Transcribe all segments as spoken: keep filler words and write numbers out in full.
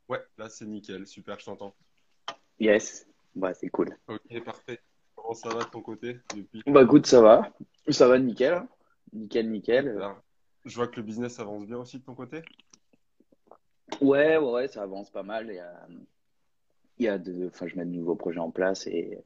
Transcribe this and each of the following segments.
Ouais, là c'est nickel, super, je t'entends. Yes, bah c'est cool. Ok, parfait. Comment ça va de ton côté depuis? Bah écoute, ça va. Ça va nickel, hein. Nickel, nickel. Super. Je vois que le business avance bien aussi de ton côté. Ouais, ouais, ouais, ça avance pas mal. Il y a, il y a de, enfin, je mets de nouveaux projets en place et,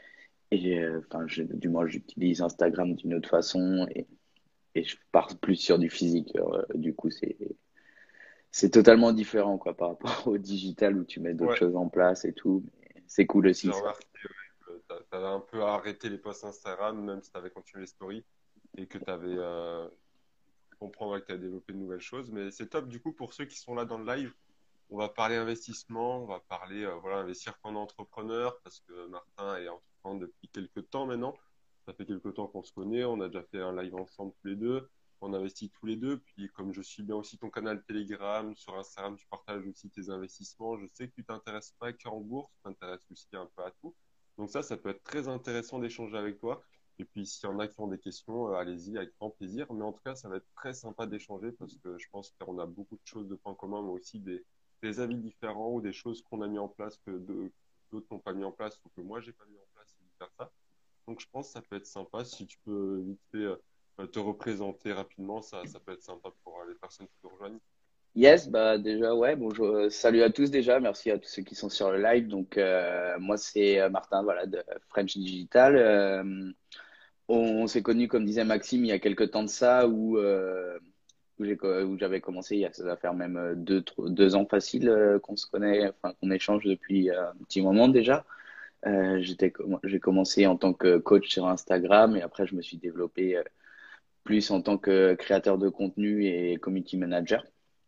et euh, enfin, je- du moins, j'utilise Instagram d'une autre façon et, et je pars plus sur du physique. Euh, du coup, c'est, c'est totalement différent, quoi, par rapport au digital où tu mets d'autres Ouais, choses en place et tout. Mais c'est cool j'ai aussi, ça. remarqué ouais, que t'a- t'avais un peu arrêté les posts Instagram, même si t'avais continué les stories, et que t'avais euh, comprendre ouais, que t'as développé de nouvelles choses. Mais c'est top du coup pour ceux qui sont là dans le live. On va parler investissement, on va parler euh, voilà investir comme entrepreneur parce que Martin est entrepreneur depuis quelques temps maintenant. Ça fait quelques temps qu'on se connaît, on a déjà fait un live ensemble tous les deux, on investit tous les deux. Puis comme je suis bien aussi ton canal Telegram, sur Instagram tu partages aussi tes investissements. Je sais que tu t'intéresses pas qu'en bourse, tu t'intéresses aussi un peu à tout. Donc ça, ça peut être très intéressant d'échanger avec toi. Et puis s'il y en a qui ont des questions, euh, allez-y avec grand plaisir. Mais en tout cas, ça va être très sympa d'échanger parce que je pense qu'on a beaucoup de choses de points communs, mais aussi des des avis différents ou des choses qu'on a mis en place que de- d'autres n'ont pas mis en place ou que moi j'ai pas mis en place et vice versa. Donc je pense que ça peut être sympa si tu peux vite fait euh, te représenter rapidement, ça, ça peut être sympa pour euh, les personnes qui nous rejoignent. Yes, bah déjà, ouais, bonjour, euh, salut à tous déjà, merci à tous ceux qui sont sur le live. Donc, euh, moi, c'est euh, Martin, voilà, de French Digital. Euh, on s'est connus, comme disait Maxime, il y a quelques temps de ça, où, euh, où j'ai, co- où j'avais commencé, il y a, ça va faire même euh, deux, trois- deux ans facile euh, qu'on se connaît, enfin, qu'on échange depuis euh, un petit moment déjà. Euh, j'étais, comm- j'ai commencé en tant que coach sur Instagram et après, je me suis développé euh, plus en tant que créateur de contenu et community manager.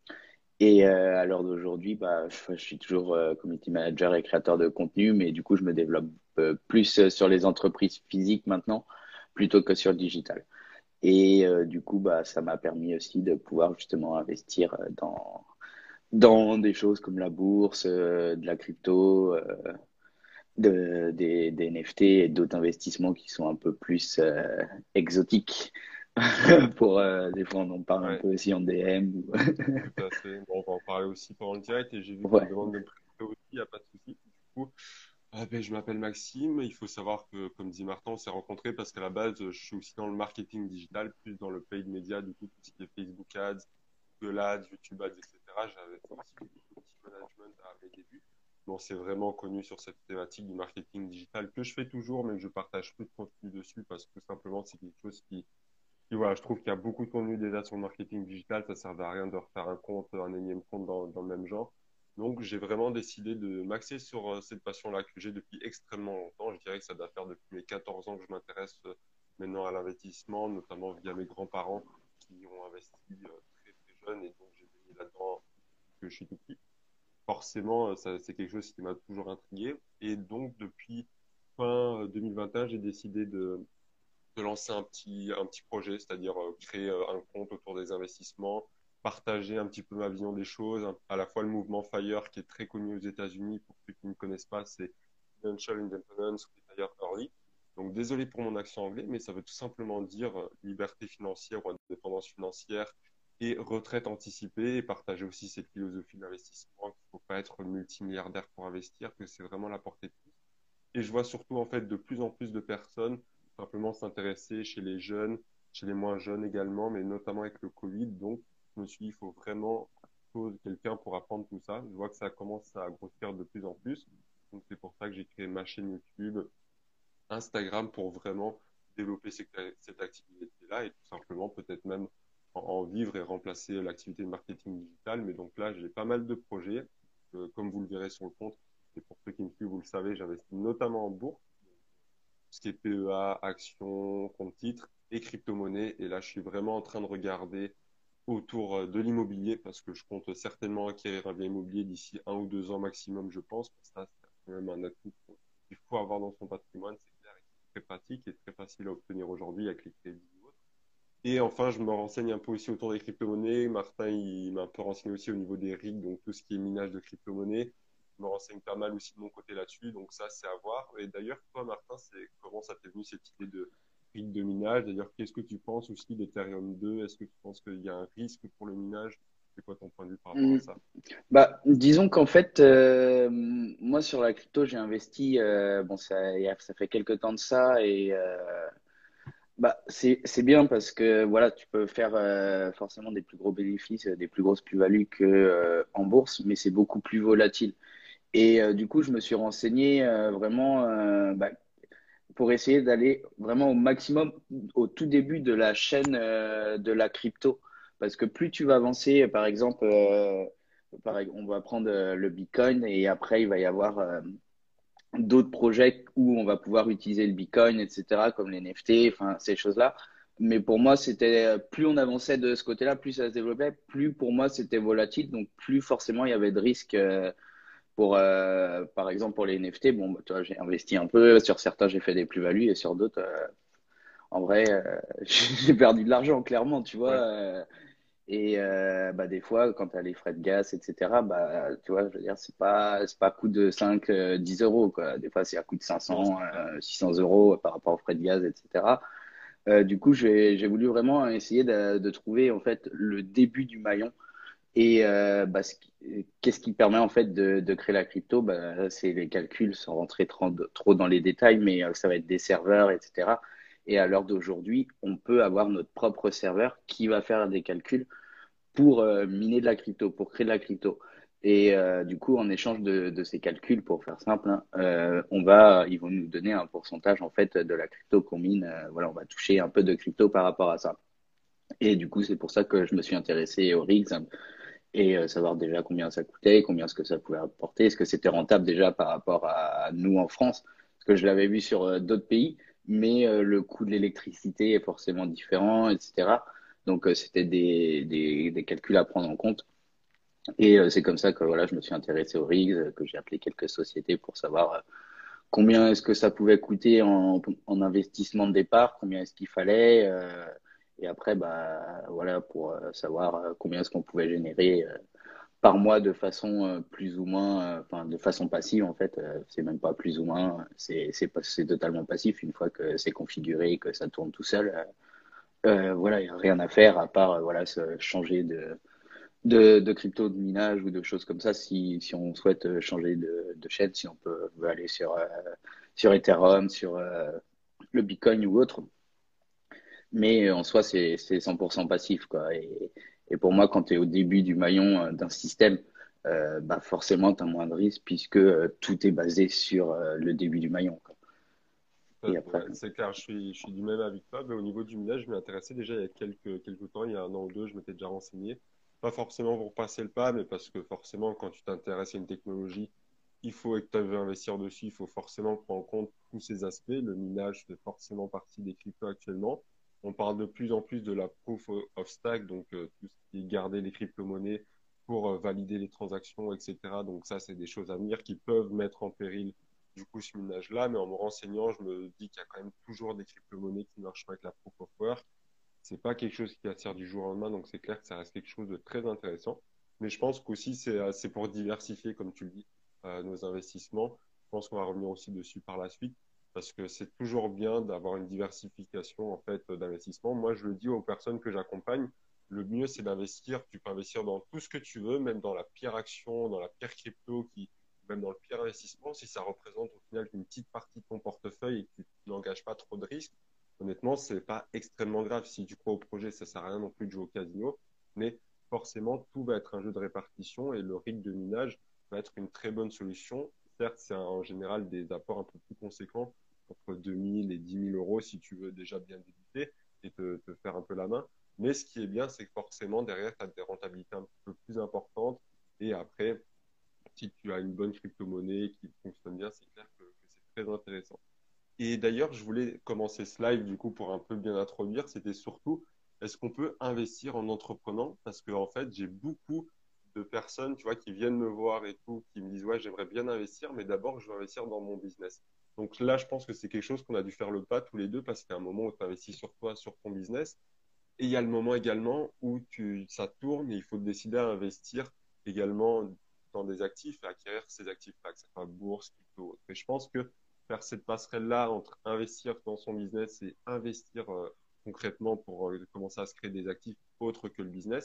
Et euh, à l'heure d'aujourd'hui, bah, je, je suis toujours euh, community manager et créateur de contenu, mais du coup, je me développe euh, plus euh, sur les entreprises physiques maintenant, plutôt que sur le digital. Et euh, du coup, bah, ça m'a permis aussi de pouvoir justement investir euh, dans, dans des choses comme la bourse, euh, de la crypto, euh, de, des, des N F T et d'autres investissements qui sont un peu plus euh, exotiques. Pour, euh, des fois, on en parle un Ouais, peu aussi en D M. Ou... tout à fait. Bon, on va en parler aussi pendant le direct et j'ai vu que tu me Ouais, demandes de me présenter aussi, il n'y a pas de souci. Du coup, ah ben, je m'appelle Maxime. Il faut savoir que, comme dit Martin, on s'est rencontrés parce qu'à la base, je suis aussi dans le marketing digital, plus dans le paid media, du coup, tout ce qui est Facebook Ads, Google Ads, YouTube Ads, et cetera. J'avais fait aussi du community management à mes débuts. Bon, c'est vraiment connu sur cette thématique du marketing digital que je fais toujours, mais que je partage peu de contenu dessus parce que tout simplement, c'est quelque chose qui, qui, voilà, je trouve qu'il y a beaucoup de contenu déjà sur le marketing digital. Ça ne sert à rien de refaire un compte, un énième compte dans, dans le même genre. Donc, j'ai vraiment décidé de m'axer sur euh, cette passion-là que j'ai depuis extrêmement longtemps. Je dirais que ça doit faire depuis mes quatorze ans que je m'intéresse euh, maintenant à l'investissement, notamment via mes grands-parents qui ont investi euh, très très jeune et donc j'ai baigné là-dedans que je suis tout petit. Forcément, euh, ça, c'est quelque chose qui m'a toujours intrigué. Et donc, depuis fin euh, deux mille vingt et un, j'ai décidé de, de lancer un petit, un petit projet, c'est-à-dire euh, créer euh, un compte autour des investissements, partager un petit peu ma vision des choses, un- à la fois le mouvement FIRE qui est très connu aux États-Unis, pour ceux qui ne connaissent pas, c'est Financial Independence ou Retire Early. Donc désolé pour mon accent anglais, mais ça veut tout simplement dire euh, liberté financière ou indépendance financière et retraite anticipée et partager aussi cette philosophie d'investissement qu'il ne faut pas être multimilliardaire pour investir, que c'est vraiment la portée de tous. Et je vois surtout en fait de plus en plus de personnes simplement s'intéresser chez les jeunes, chez les moins jeunes également, mais notamment avec le Covid. Donc, je me suis dit, il faut vraiment quelqu'un pour apprendre tout ça. Je vois que ça commence à grossir de plus en plus. Donc, c'est pour ça que j'ai créé ma chaîne YouTube, Instagram pour vraiment développer cette, cette activité-là et tout simplement peut-être même en, en vivre et remplacer l'activité de marketing digital. Mais donc là, j'ai pas mal de projets. Euh, comme vous le verrez sur le compte, et pour ceux qui me suivent, vous le savez, j'investis notamment en bourse, ce qui est P E A, actions, compte titres et crypto-monnaie. Et là, je suis vraiment en train de regarder autour euh, de l'immobilier parce que je compte certainement acquérir un bien immobilier d'ici un ou deux ans maximum, je pense. Parce que ça, c'est quand même un atout qu'il faut avoir dans son patrimoine, c'est clair, et c'est très pratique et très facile à obtenir aujourd'hui avec les crédits ou autres. Et enfin, je me renseigne un peu aussi autour des crypto-monnaies. Martin, il m'a un peu renseigné aussi au niveau des R I C, donc tout ce qui est minage de crypto-monnaies. Je me renseigne pas mal aussi de mon côté là-dessus, donc ça, c'est à voir. Et d'ailleurs, toi, Martin, c'est comment ça t'est venu cette idée de R I C de minage? D'ailleurs, qu'est-ce que tu penses aussi d'Ethereum deux? Est-ce que tu penses qu'il y a un risque pour le minage? C'est quoi ton point de vue par rapport à Mm. ça? Bah, disons qu'en fait, euh, moi sur la crypto, j'ai investi, euh, bon, ça, il y a- ça fait quelques temps de ça et euh, bah, c'est, c'est bien parce que voilà, tu peux faire euh, forcément des plus gros bénéfices, euh, des plus grosses plus-values que, euh, en bourse, mais c'est beaucoup plus volatile. Et euh, du coup, je me suis renseigné euh, vraiment euh, bah, pour essayer d'aller vraiment au maximum au tout début de la chaîne euh, de la crypto. Parce que plus tu vas avancer, par exemple, euh, par, on va prendre euh, le Bitcoin et après, il va y avoir euh, d'autres projets où on va pouvoir utiliser le Bitcoin, et cetera, comme les N F T, enfin, ces choses-là. Mais pour moi, c'était euh, plus on avançait de ce côté-là, plus ça se développait, plus pour moi c'était volatile, donc plus forcément il y avait de risques euh, pour, euh, par exemple, pour les N F T. Bon, bah, tu vois, j'ai investi un peu, sur certains j'ai fait des plus-values et sur d'autres, euh, en vrai, euh, j'ai perdu de l'argent clairement, tu vois. Ouais, euh, et euh, bah, des fois, quand tu as les frais de gaz, et cetera, bah, tu vois, je veux dire, c'est pas, c'est pas à coût de cinq euh, dix euros, quoi. Des fois, c'est à coût de cinq non, cents c'est clair. euh, six cents euros par rapport aux frais de gaz, et cetera. Euh, du coup, j'ai, j'ai voulu vraiment essayer de, de trouver, en fait, le début du maillon. Et euh, bah, ce qui- qu'est-ce qui permet, en fait, de, de créer la crypto? Bah, c'est les calculs, sans rentrer trop, trop dans les détails, mais euh, ça va être des serveurs, et cetera. Et à l'heure d'aujourd'hui, on peut avoir notre propre serveur qui va faire des calculs pour euh, miner de la crypto, pour créer de la crypto. Et euh, du coup, en échange de, de ces calculs, pour faire simple, hein, euh, on va, ils vont nous donner un pourcentage en fait de la crypto qu'on mine. Euh, voilà, on va toucher un peu de crypto par rapport à ça. Et du coup, c'est pour ça que je me suis intéressé aux rigs et euh, savoir déjà combien ça coûtait, combien est-ce que ça pouvait apporter, est-ce que c'était rentable déjà par rapport à nous en France, parce que je l'avais vu sur euh, d'autres pays, mais euh, le coût de l'électricité est forcément différent, et cetera. Donc euh, c'était des, des, des calculs à prendre en compte. Et euh, c'est comme ça que voilà, je me suis intéressé aux rigs, euh, que j'ai appelé quelques sociétés pour savoir euh, combien est-ce que ça pouvait coûter en, en investissement de départ, combien est-ce qu'il fallait, euh, et après bah voilà pour euh, savoir euh, combien est-ce qu'on pouvait générer euh, par mois de façon euh, plus ou moins, euh, enfin de façon passive en fait. Euh, c'est même pas plus ou moins, c'est c'est pas- c'est totalement passif une fois que c'est configuré, que ça tourne tout seul. Euh, euh, voilà, il y a rien à faire à part euh, voilà se changer de de, de crypto, de minage ou de choses comme ça. Si, si on souhaite euh, changer de, de chaîne, si on peut veut aller sur, euh, sur Ethereum, sur euh, le Bitcoin ou autre. Mais euh, en soi, c'est, c'est cent pour cent passif, quoi. Et, et pour moi, quand tu es au début du maillon euh, d'un système, euh, bah forcément, tu as moins de risques puisque euh, tout est basé sur euh, le début du maillon, quoi. Tout à Et fait, après, ouais. C'est clair, je suis, je suis du même avis que toi. Mais au niveau du minage, je m'y intéressais déjà il y a quelques, quelques temps, il y a un an ou deux, je m'étais déjà renseigné. Pas forcément pour passer le pas, mais parce que forcément, quand tu t'intéresses à une technologie, il faut et que tu veux investir dessus, il faut forcément prendre en compte tous ces aspects. Le minage fait forcément partie des cryptos actuellement. On parle de plus en plus de la proof of stake, donc euh, tout ce qui est garder les crypto-monnaies pour euh, valider les transactions, et cetera. Donc ça, c'est des choses à venir qui peuvent mettre en péril du coup ce minage-là, mais en me renseignant, je me dis qu'il y a quand même toujours des crypto-monnaies qui marchent pas avec la proof of work. C'est pas quelque chose qui attire du jour au lendemain, donc c'est clair que ça reste quelque chose de très intéressant. Mais je pense qu'aussi c'est euh, c'est pour diversifier, comme tu le dis, euh, nos investissements. Je pense qu'on va revenir aussi dessus par la suite, parce que c'est toujours bien d'avoir une diversification en fait d'investissement. Moi, je le dis aux personnes que j'accompagne, le mieux c'est d'investir. Tu peux investir dans tout ce que tu veux, même dans la pire action, dans la pire crypto, qui même dans le pire investissement, si ça représente au final qu'une petite partie de ton portefeuille et que tu n'engages pas trop de risques, honnêtement, c'est pas extrêmement grave. Si tu crois au projet, ça sert à rien non plus de jouer au casino, mais forcément, tout va être un jeu de répartition et le rig de minage va être une très bonne solution. Certes, c'est en général des apports un peu plus conséquents, entre deux mille et dix mille euros si tu veux déjà bien débuter et te, te faire un peu la main. Mais ce qui est bien, c'est que forcément, derrière, tu as des rentabilités un peu plus importantes. Et après, si tu as une bonne crypto-monnaie qui fonctionne bien, c'est clair que, que c'est très intéressant. Et d'ailleurs, je voulais commencer ce live du coup pour un peu bien introduire. C'était surtout, est-ce qu'on peut investir en entreprenant? Parce que en fait, j'ai beaucoup de personnes, tu vois, qui viennent me voir et tout, qui me disent, ouais, j'aimerais bien investir, mais d'abord, je veux investir dans mon business. Donc là, je pense que c'est quelque chose qu'on a dû faire le pas tous les deux parce qu'il y a un moment où tu investis sur toi, sur ton business. Et il y a le moment également où tu, ça tourne et il faut décider à investir également dans des actifs et acquérir ces actifs-là, que ce soit bourse, crypto. Et je pense que faire cette passerelle-là entre investir dans son business et investir euh, concrètement pour euh, commencer à se créer des actifs autres que le business,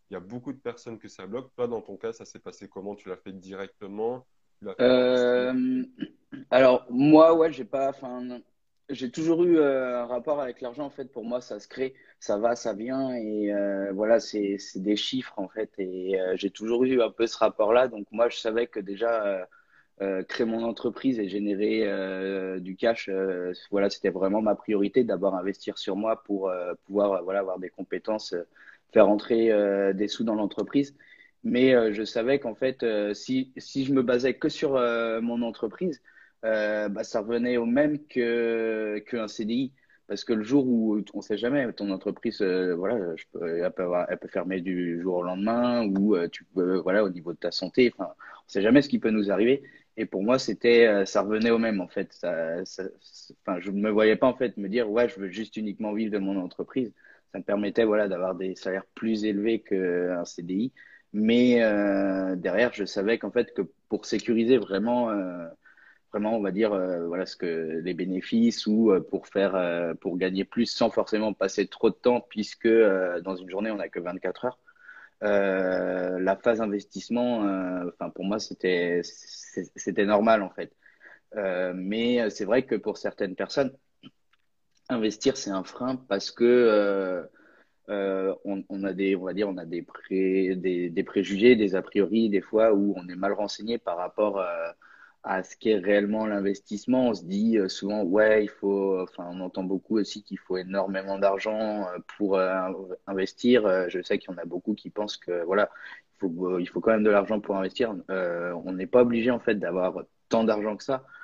Il y a beaucoup de personnes que ça bloque. Toi, dans ton cas, ça s'est passé comment? Tu l'as fait directement? Tu l'as fait dans des streams? Euh, alors moi, ouais, j'ai pas, enfin, j'ai toujours eu euh, un rapport avec l'argent. En fait, pour moi, ça se crée, ça va, ça vient, et euh, voilà, c'est c'est des chiffres en fait. Et euh, j'ai toujours eu un peu ce rapport-là. Donc moi, je savais que déjà euh, euh, créer mon entreprise et générer euh, du cash, euh, voilà, c'était vraiment ma priorité. D'abord investir sur moi pour euh, pouvoir, euh, voilà, avoir des compétences, euh, faire entrer euh, des sous dans l'entreprise. Mais euh, je savais qu'en fait, euh, si, si je me basais que sur euh, mon entreprise, euh, bah, ça revenait au même que qu'un C D I. Parce que le jour où on ne sait jamais, ton entreprise, euh, voilà, je peux, elle peut avoir- elle peut fermer du jour au lendemain, ou euh, tu peux, voilà, au niveau de ta santé, enfin, on ne sait jamais ce qui peut nous arriver. Et pour moi, c'était, euh, ça revenait au même en fait. Ça, ça- enfin, je ne me voyais pas en fait me dire, ouais, je veux juste uniquement vivre de mon entreprise. Ça me permettait, voilà, d'avoir des salaires plus élevés qu'un C D I. Mais euh, derrière, je savais qu'en fait, que pour sécuriser vraiment, euh, vraiment, on va dire, euh, voilà, ce que les bénéfices, ou euh, pour faire, euh, pour gagner plus sans forcément passer trop de temps, puisque euh, dans une journée, on n'a que vingt-quatre heures. Euh, la phase investissement, euh, enfin, pour moi, c'était, c'est- c'était normal en fait. Euh, mais c'est vrai que pour certaines personnes, investir, c'est un frein parce que euh, euh, on, on a des, on va dire, on a des, pré, des, des préjugés, des a priori, des fois où on est mal renseigné par rapport euh, à ce qu'est réellement l'investissement. On se dit euh, souvent, ouais, il faut, enfin, on entend beaucoup aussi qu'il faut énormément d'argent euh, pour euh, investir. Euh, Je sais qu'il y en a beaucoup qui pensent que, voilà, il faut, euh, il faut quand même de l'argent pour investir. Euh, on n'est pas obligé, en fait, d'avoir tant d'argent que ça.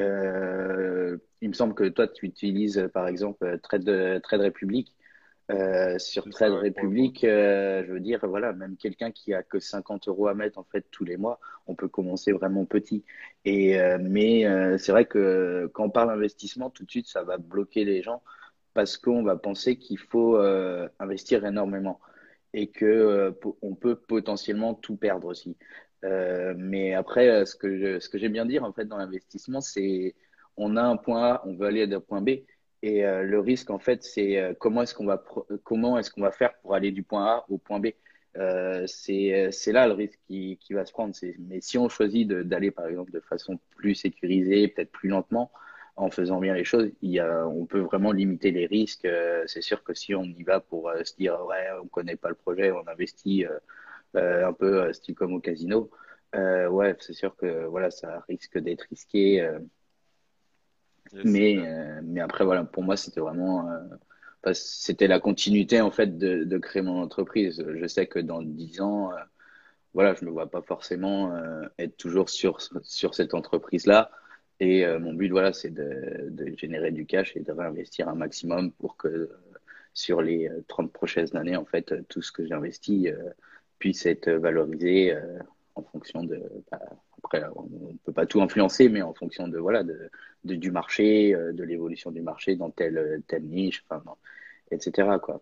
Euh, il me semble que toi, tu utilises, euh, par exemple, Trade, Trade Republic. Euh, sur C'est Trade ça, ouais, pour le compte. Republic, euh, je veux dire, voilà, même quelqu'un qui a que cinquante euros à mettre en fait tous les mois, on peut commencer vraiment petit. Et euh, mais euh, c'est vrai que quand on parle investissement, tout de suite, ça va bloquer les gens parce qu'on va penser qu'il faut euh, investir énormément et que euh, po- on peut potentiellement tout perdre aussi. Euh, mais après, euh, ce que je, ce que j'aime bien dire en fait dans l'investissement, c'est on a un point A, on veut aller d'un point B, et euh, le risque en fait, c'est euh, comment est-ce qu'on va pro- comment est-ce qu'on va faire pour aller du point A au point B. Euh, c'est c'est là le risque qui, qui va se prendre. C'est- Mais si on choisit de- d'aller par exemple de façon plus sécurisée, peut-être plus lentement, en faisant bien les choses, il y a, on peut vraiment limiter les risques. Euh, c'est sûr que si on y va pour euh, se dire, ouais, on connaît pas le projet, on investit euh, euh, un peu euh, style comme au casino, euh, ouais, c'est sûr que voilà, ça risque d'être risqué. Euh, Yes, c'est mais, clair. euh, mais après, voilà, pour moi, c'était vraiment, euh, parce que c'était la continuité en fait de, de créer mon entreprise. Je sais que dans dix ans, euh, voilà, je me vois pas forcément euh, être toujours sur, sur cette entreprise-là. Et euh, mon but, voilà, c'est de, de générer du cash et de réinvestir un maximum pour que euh, sur les euh, trente prochaines années, en fait, euh, tout ce que j'investis euh, puisse être valorisé euh, en fonction de, bah, après, on ne peut pas tout influencer, mais en fonction de, voilà, de, de- du marché, euh, de l'évolution du marché dans telle, telle niche, enfin, non, et cetera, quoi.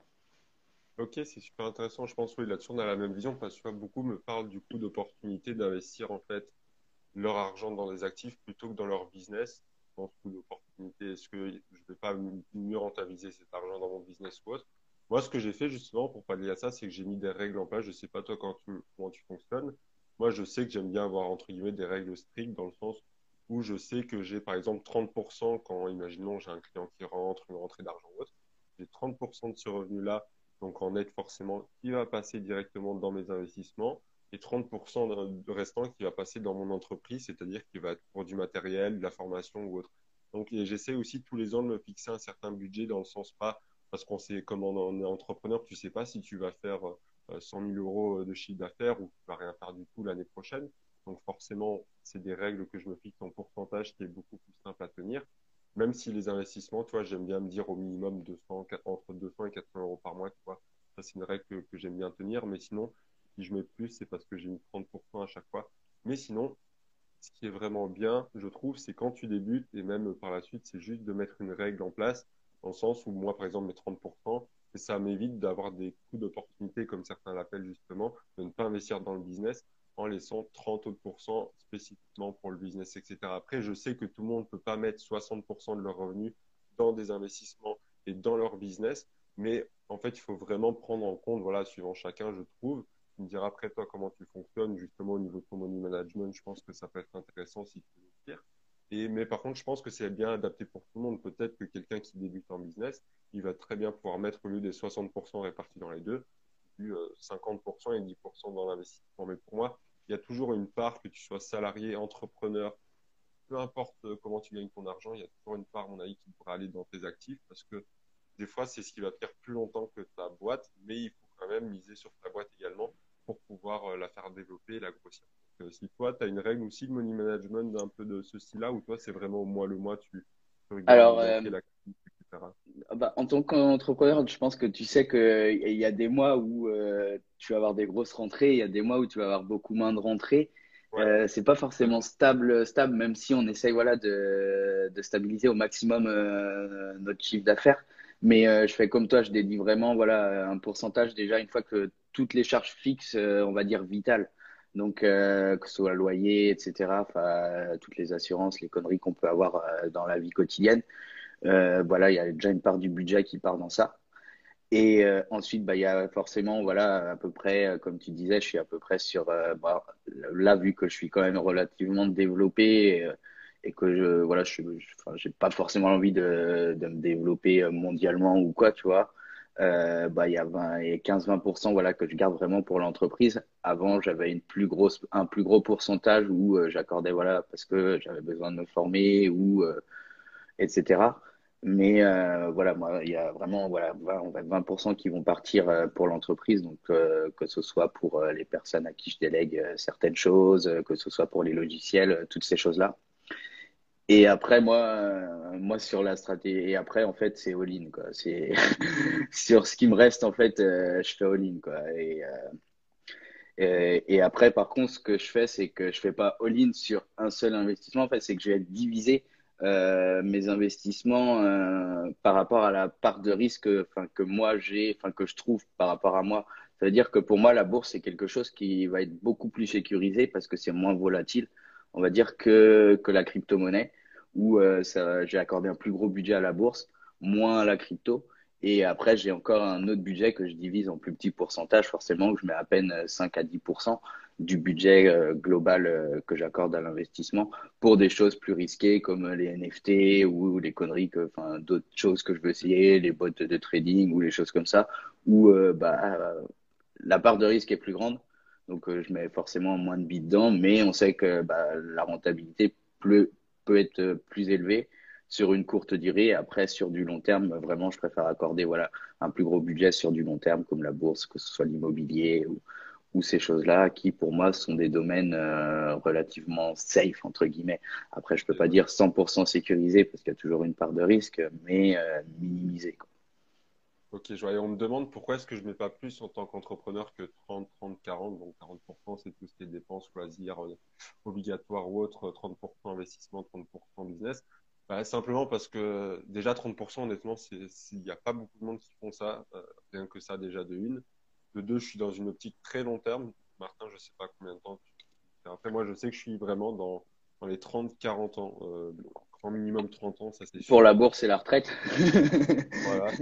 Ok, c'est super intéressant. Je pense, oui, là-dessus, on a la même vision parce que tu vois, beaucoup me parlent du coup d'opportunité d'investir en fait leur argent dans des actifs plutôt que dans leur business. Je pense que l'opportunité, est-ce que je vais pas mieux rentabiliser cet argent dans mon business ou autre? Moi, ce que j'ai fait justement pour pallier à ça, c'est que j'ai mis des règles en place. Je sais pas toi quand tu, comment tu fonctionnes. Moi, je sais que j'aime bien avoir entre guillemets des règles strictes dans le sens où je sais que j'ai par exemple trente pour cent quand, imaginons, j'ai un client qui rentre, une rentrée d'argent ou autre, j'ai trente pour cent de ce revenu-là, donc en net forcément, qui va passer directement dans mes investissements et trente pour cent de restant qui va passer dans mon entreprise, c'est-à-dire qui va être pour du matériel, de la formation ou autre. Donc, j'essaie aussi tous les ans de me fixer un certain budget dans le sens pas, parce qu'on sait, comme on est entrepreneur, tu sais pas si tu vas faire euh, cent mille euros de chiffre d'affaires ou tu vas rien faire du tout l'année prochaine. Donc, forcément, c'est des règles que je me fixe en pourcentage qui est beaucoup plus simple à tenir. Même si les investissements, tu vois, j'aime bien me dire au minimum deux cents, entre deux cents et quatre cents euros par mois, tu vois. Ça, c'est une règle que, que j'aime bien tenir. Mais sinon, si je mets plus, c'est parce que j'ai mis trente pour cent à chaque fois. Mais sinon, ce qui est vraiment bien, je trouve, c'est quand tu débutes et même par la suite, c'est juste de mettre une règle en place, dans le sens où moi, par exemple, mes trente pour cent, et ça m'évite d'avoir des coups d'opportunité, comme certains l'appellent justement, de ne pas investir dans le business en laissant trente autres pourcents spécifiquement pour le business, et cetera. Après, je sais que tout le monde ne peut pas mettre soixante pour cent de leurs revenus dans des investissements et dans leur business. Mais en fait, il faut vraiment prendre en compte, voilà, suivant chacun, je trouve. Tu me diras après toi comment tu fonctionnes, justement, au niveau de ton money management. Je pense que ça peut être intéressant si tu veux le dire. Et, mais par contre, je pense que c'est bien adapté pour tout le monde. Peut-être que quelqu'un qui débute en business, il va très bien pouvoir mettre au lieu des soixante pour cent répartis dans les deux, du euh, cinquante pour cent et dix pour cent dans l'investissement. Mais pour moi, il y a toujours une part, que tu sois salarié, entrepreneur, peu importe euh, comment tu gagnes ton argent, il y a toujours une part, à mon avis, qui pourra aller dans tes actifs parce que des fois, c'est ce qui va te faire plus longtemps que ta boîte, mais il faut quand même miser sur ta boîte également pour pouvoir euh, la faire développer et la grossir. Donc, euh, si toi, tu as une règle aussi de money management d'un peu de ce style-là, ou toi, c'est vraiment au mois le mois, tu, tu regardes Alors, les euh, entrées, l'actif, et cetera. bah, en tant qu'entrepreneur, je pense que tu sais qu'il y a des mois où euh, tu vas avoir des grosses rentrées, il y a des mois où tu vas avoir beaucoup moins de rentrées. Ouais, Euh, c'est pas tout à forcément fait. stable, stable, même si on essaye voilà, de, de stabiliser au maximum euh, notre chiffre d'affaires. Mais euh, je fais comme toi, je dédie vraiment voilà, un pourcentage déjà une fois que toutes les charges fixes, euh, on va dire vitales, donc euh, que ce soit le loyer, et cetera, enfin, toutes les assurances, les conneries qu'on peut avoir euh, dans la vie quotidienne. Euh, voilà, il y a déjà une part du budget qui part dans ça. Et euh, ensuite, bah, il y a forcément, voilà, à peu près, euh, comme tu disais, je suis à peu près sur, euh, bah, là, vu que je suis quand même relativement développé euh, et que je, voilà, je, je, enfin, j'ai pas forcément envie de, de me développer euh, mondialement ou quoi, tu vois. Euh, bah, il y a vingt et quinze vingt pour cent voilà, que je garde vraiment pour l'entreprise. Avant, j'avais une plus grosse, un plus gros pourcentage où euh, j'accordais, voilà, parce que j'avais besoin de me former ou euh, et cetera. Mais euh, voilà, moi, il y a vraiment voilà, vingt on va vingt pour cent qui vont partir euh, pour l'entreprise, donc euh, que ce soit pour euh, les personnes à qui je délègue euh, certaines choses, euh, que ce soit pour les logiciels, euh, toutes ces choses-là. Et après, moi, euh, moi sur la stratégie, et après, en fait, c'est all-in, quoi. C'est sur ce qui me reste, en fait, euh, je fais all-in, quoi. Et, euh, et, et après, par contre, ce que je fais, c'est que je fais pas all-in sur un seul investissement. En fait, c'est que je vais diviser euh, mes investissements euh, par rapport à la part de risque, enfin que moi j'ai, enfin que je trouve par rapport à moi. Ça veut dire que pour moi, la bourse c'est quelque chose qui va être beaucoup plus sécurisé parce que c'est moins volatile, on va dire que que la crypto-monnaie où euh, ça, j'ai accordé un plus gros budget à la bourse, moins à la crypto. Et après, j'ai encore un autre budget que je divise en plus petits pourcentages, forcément, que je mets à peine cinq à dix pour cent du budget euh, global euh, que j'accorde à l'investissement pour des choses plus risquées comme les N F T ou les conneries, que, enfin, d'autres choses que je veux essayer, les bots de trading ou les choses comme ça, où euh, bah, euh, la part de risque est plus grande. Donc, euh, je mets forcément moins de billes dedans, mais on sait que bah, la rentabilité peut, peut être plus élevée sur une courte durée. Après, sur du long terme, vraiment, je préfère accorder voilà, un plus gros budget sur du long terme, comme la bourse, que ce soit l'immobilier ou, ou ces choses-là, qui pour moi sont des domaines euh, relativement safe, entre guillemets. Après, je peux C'est pas vrai. dire cent pour cent sécurisé, parce qu'il y a toujours une part de risque, mais euh, minimisé, quoi. Ok, je vois. Et on me demande pourquoi est-ce que je mets pas plus en tant qu'entrepreneur que trente, trente, quarante. Donc quarante pour cent, c'est tout ce qui est dépenses, loisirs, euh, obligatoires ou autres, trente pour cent investissement, trente pour cent business. Bah, simplement parce que déjà trente pour cent, honnêtement, c'est, c'est- il n'y a pas beaucoup de monde qui font ça, euh, rien que ça déjà de une. De deux, je suis dans une optique très long terme. Martin, je sais pas combien de temps tu fais. Après, moi, je sais que je suis vraiment dans, dans les trente, quarante ans, euh, grand minimum trente ans, ça c'est Pour sûr. la bourse et la retraite. Voilà.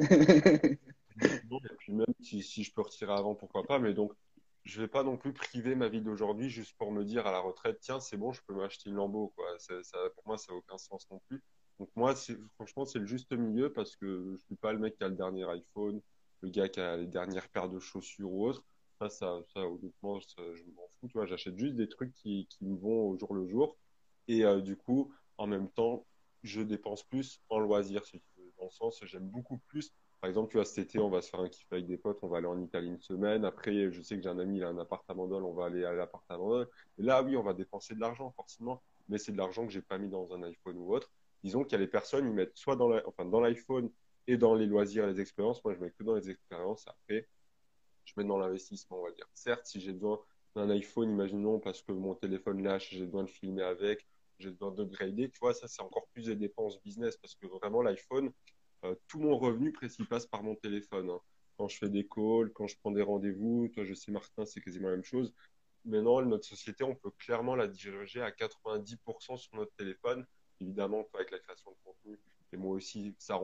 Non, et puis même si, si je peux retirer avant, pourquoi pas. Mais donc, je vais pas non plus priver ma vie d'aujourd'hui juste pour me dire à la retraite, tiens, c'est bon, je peux m'acheter une Lambo, quoi. Ça, ça, pour moi, ça n'a aucun sens non plus. Donc moi, c'est, franchement, c'est le juste milieu parce que je suis pas le mec qui a le dernier iPhone, le gars qui a les dernières paires de chaussures ou autre. Ça, ça, ça honnêtement, ça, je m'en fous. Tu vois, j'achète juste des trucs qui, qui me vont au jour le jour. Et euh, du coup, en même temps, je dépense plus en loisirs, si tu veux. Dans le sens, j'aime beaucoup plus par exemple, tu vois, cet été, on va se faire un kiff avec des potes, on va aller en Italie une semaine. Après, je sais que j'ai un ami, il a un appartement d'ol, on va aller à l'appartement d'ol. Et là, oui, on va dépenser de l'argent, forcément, mais c'est de l'argent que j'ai pas mis dans un iPhone ou autre. Disons qu'il y a les personnes, ils mettent soit dans la, enfin, dans l'iPhone et dans les loisirs et les expériences. Moi, je mets que dans les expériences. Après, je mets dans l'investissement, on va dire. Certes, si j'ai besoin d'un iPhone, imaginons, parce que mon téléphone lâche, j'ai besoin de filmer avec, j'ai besoin d'upgrader, tu vois, ça, c'est encore plus des dépenses business parce que vraiment, l'iPhone, euh, tout mon revenu précis passe par mon téléphone, hein. Quand je fais des calls, quand je prends des rendez-vous, toi, je sais, Martin, c'est quasiment la même chose. Maintenant, notre société, on peut clairement la diriger à quatre-vingt-dix pour cent sur notre téléphone. Évidemment, toi, avec la création de contenu, et moi aussi, ça,